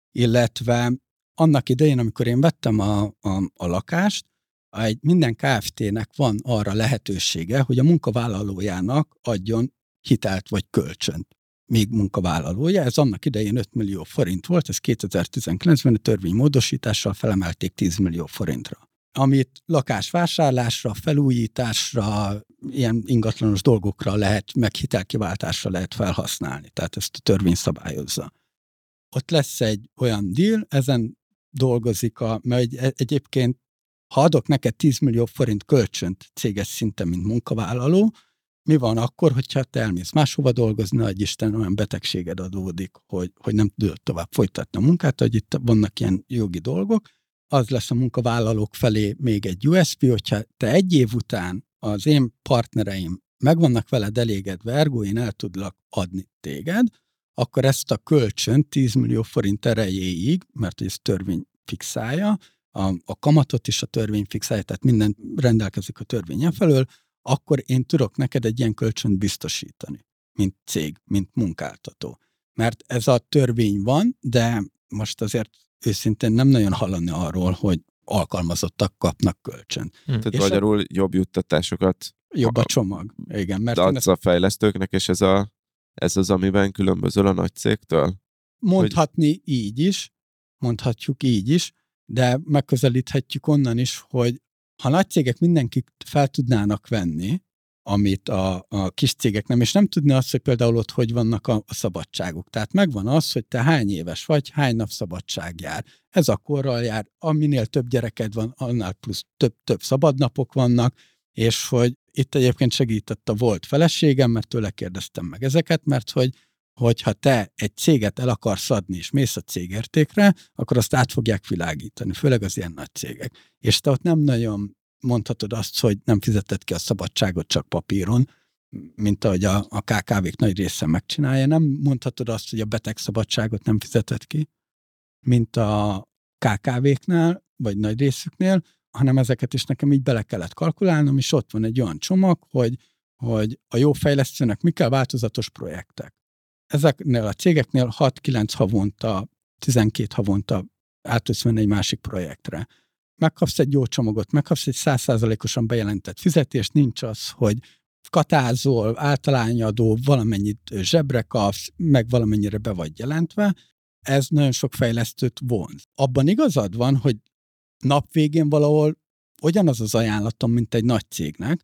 D: illetve annak idején, amikor én vettem a, a, a lakást, egy, minden ká ef té-nek van arra lehetősége, hogy a munkavállalójának adjon hitelt vagy kölcsönt. Még munkavállalója, ez annak idején öt millió forint volt, ez kétezer-tizenkilencben a törvény módosítással felemelték tíz millió forintra. Amit lakásvásárlásra, felújításra, ilyen ingatlanos dolgokra lehet, meg hitelkiváltásra lehet felhasználni. Tehát ezt a törvény szabályozza. Ott lesz egy olyan deal, ezen dolgozik, a, mert egy, egyébként, ha adok neked tíz millió forint kölcsönt céges szinten, mint munkavállaló, mi van akkor, hogyha te elmész máshova dolgozni, hogy Isten olyan betegséged adódik, hogy, hogy nem tudod tovább folytatni a munkát, hogy itt vannak ilyen jogi dolgok, az lesz a munkavállalók felé még egy u es pé, hogyha te egy év után az én partnereim meg vannak veled elégedve, ergo én el tudlak adni téged, akkor ezt a kölcsön tíz millió forint erejéig, mert ez törvény fixálja, a, a kamatot is a törvény fixálja, tehát minden rendelkezik a törvényen felől, akkor én tudok neked egy ilyen kölcsönt biztosítani, mint cég, mint munkáltató. Mert ez a törvény van, de most azért őszintén nem nagyon hallani arról, hogy alkalmazottak kapnak kölcsönt.
C: Hm. Tehát
D: és
C: magyarul a... jobb juttatásokat
D: jobb a csomag. Igen, mert
C: adsz
D: ezt...
C: a fejlesztőknek, és ez, a, ez az, amiben különbözöl a nagy cégtől?
D: Mondhatni hogy... így is, mondhatjuk így is, de megközelíthetjük onnan is, hogy ha nagy cégek mindenkit fel tudnának venni, amit a, a kis cégek nem, és nem tudni azt, hogy például ott hogy vannak a, a szabadságok. Tehát megvan az, hogy te hány éves vagy, hány nap szabadság jár. Ez a korral jár, aminél több gyereked van, annál plusz több, több szabadnapok vannak, és hogy itt egyébként segített a volt feleségem, mert tőle kérdeztem meg ezeket, mert hogy hogyha te egy céget el akarsz adni, és mész a cégértékre, akkor azt át fogják világítani, főleg az ilyen nagy cégek. És te ott nem nagyon mondhatod azt, hogy nem fizetett ki a szabadságot csak papíron, mint ahogy a, a ká ká vék nagy része megcsinálja. Nem mondhatod azt, hogy a betegszabadságot nem fizetett ki, mint a ká ká véknál, vagy nagy részüknél, hanem ezeket is nekem így bele kellett kalkulálnom, és ott van egy olyan csomag, hogy, hogy a jó fejlesztőnek mi kell, változatos projektek. Ezeknél a cégeknél hat-kilenc havonta, tizenkét havonta át tudsz menni egy másik projektre. Megkapsz egy jó csomagot, megkapsz egy száz százalékosan bejelentett fizetést, nincs az, hogy katázol, általányadó, valamennyit zsebre kapsz, meg valamennyire be vagy jelentve. Ez nagyon sok fejlesztőt vonz. Abban igazad van, hogy nap végén valahol ugyanaz az ajánlatom, mint egy nagy cégnek,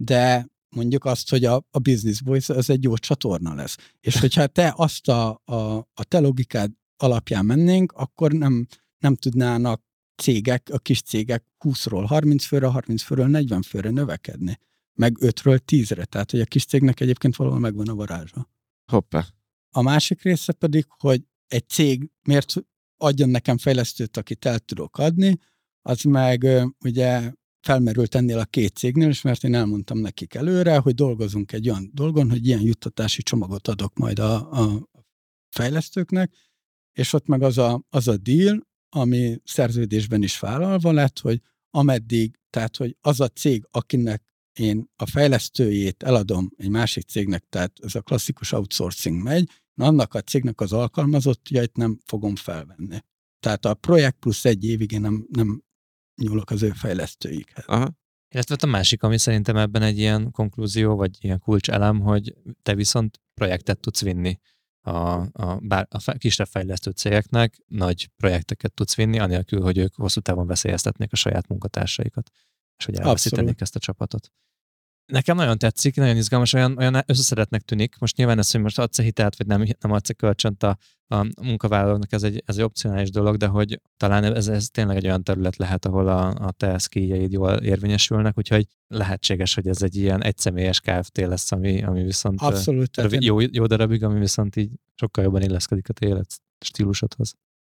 D: de mondjuk azt, hogy a, a Business Boys az egy jó csatorna lesz. És hogyha te azt a, a, a te logikád alapján mennénk, akkor nem, nem tudnának cégek, a kis cégek húszról harminc főre, harminc főről negyven főre növekedni. Meg ötről tízre. Tehát, hogy a kis cégnek egyébként valahol megvan a varázsa.
C: Hoppá.
D: A másik része pedig, hogy egy cég miért adjon nekem fejlesztőt, akit el tudok adni, az meg ugye felmerült ennél a két cégnél, és mert én elmondtam nekik előre, hogy dolgozunk egy olyan dolgon, hogy ilyen juttatási csomagot adok majd a, a fejlesztőknek, és ott meg az a, az a deal, ami szerződésben is vállalva lett, hogy ameddig, tehát hogy az a cég, akinek én a fejlesztőjét eladom egy másik cégnek, tehát ez a klasszikus outsourcing megy, annak a cégnek az alkalmazottjait nem fogom felvenni. Tehát a projekt plusz egy évig én nem, nem nyúlok az ő fejlesztőikhez.
C: Aha.
B: Illetve a másik, ami szerintem ebben egy ilyen konklúzió, vagy ilyen kulcselem, hogy te viszont projektet tudsz vinni a, a, bár, a kisebb fejlesztő cégeknek, nagy projekteket tudsz vinni, anélkül, hogy ők hosszú távon veszélyeztetnék a saját munkatársaikat, és hogy elveszítenék ezt a csapatot. Nekem nagyon tetszik, nagyon izgalmas, olyan, olyan összeszedetnek tűnik. Most nyilván ez, hogy most adsz-e hitelt, vagy nem, nem adsz-e kölcsönt a, a munkavállalóknak, ez egy, ez egy opcionális dolog, de hogy talán ez, ez tényleg egy olyan terület lehet, ahol a, a te skilljeid jól érvényesülnek, úgyhogy lehetséges, hogy ez egy ilyen egyszemélyes ká ef té lesz, ami, ami viszont
D: abszolút,
B: rövid, jó, jó darabig, ami viszont így sokkal jobban illeszkedik a te élet stílusodhoz.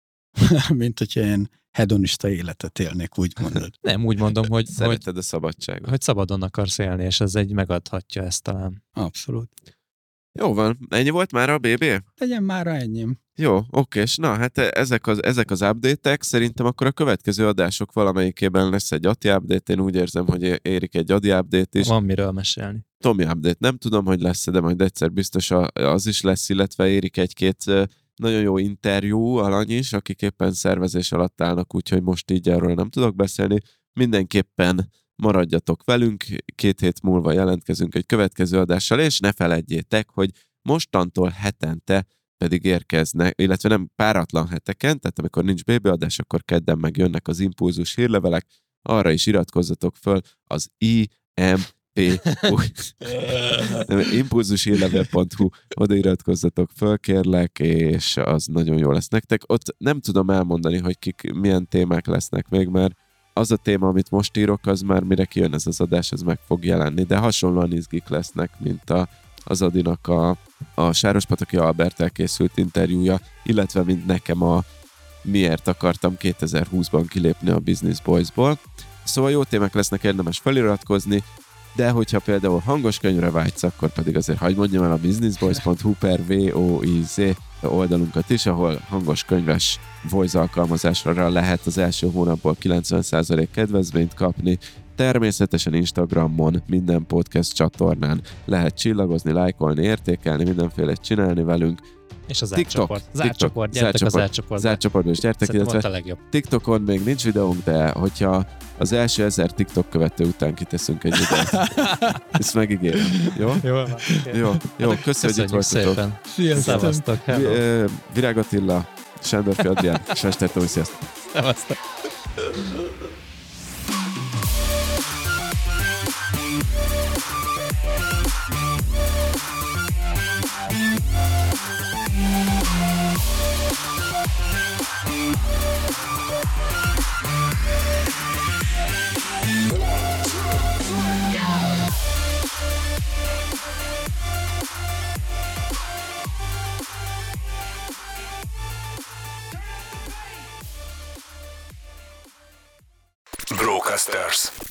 D: Mint hogyha én hedonista életet élnék, úgy mondod.
B: Nem, úgy mondom, hogy...
C: Szereted
B: hogy,
C: a szabadságot.
B: Hogy szabadon akarsz élni, és ez egy megadhatja ezt talán.
D: Abszolút.
C: Jó van, ennyi volt már a bé bé?
D: Legyen már ennyim.
C: Jó, oké, és na, hát ezek az, ezek az update-ek, szerintem akkor a következő adások valamelyikében lesz egy Ati update, én úgy érzem, hogy érik egy Adi update is.
B: Van miről mesélni.
C: Tomi update, nem tudom, hogy lesz, de majd egyszer biztos az is lesz, illetve érik egy-két nagyon jó interjú alany is, akik éppen szervezés alatt állnak, úgyhogy most így erről nem tudok beszélni. Mindenképpen maradjatok velünk, két hét múlva jelentkezünk egy következő adással, és ne feledjétek, hogy mostantól hetente pedig érkeznek, illetve nem páratlan heteken, tehát amikor nincs bé bé adás, akkor kedden meg jönnek az impulzus hírlevelek, arra is iratkozzatok föl az i em pé impulzushírlevél pont hu, oda iratkozzatok föl, kérlek, és az nagyon jó lesz nektek. Ott nem tudom elmondani, hogy kik, milyen témák lesznek még, mert az a téma, amit most írok, az már mire kijön ez az adás, az meg fog jelenni, de hasonlóan izgik lesznek, mint a, az Adinak a, a Sárospataki Albert elkészült interjúja, illetve mint nekem a miért akartam kétezer-húszban kilépni a Business Boys-ból. Szóval jó témák lesznek, érdemes feliratkozni, de hogyha például hangos könyvre vágysz, akkor pedig azért hagyd mondjam el a businessboys pont hu per voiz oldalunkat is, ahol hangos könyves voice alkalmazásra lehet az első hónapból kilencven százalék kedvezményt kapni. Természetesen Instagramon, minden podcast csatornán lehet csillagozni, lájkolni, értékelni, mindenfélét csinálni velünk.
B: És az
C: TikTok,
B: átcsoport. Az átcsoport, gyertek az átcsoportba.
C: Az átcsoportba is gyertek,
B: illetve a legjobb.
C: TikTokon még nincs videónk, de hogyha az első ezer TikTok követő után kiteszünk egy videót. Ezt megígérem. Jó?
B: Jó,
C: jó, jó. Köszönjük, hogy itt voltatok.
B: Szépen. Szevasztok.
C: Virág Attila, Sándorfi Adrián, és Mester Tomi, sziasztok!
B: Szevasztok!
A: Brocasters.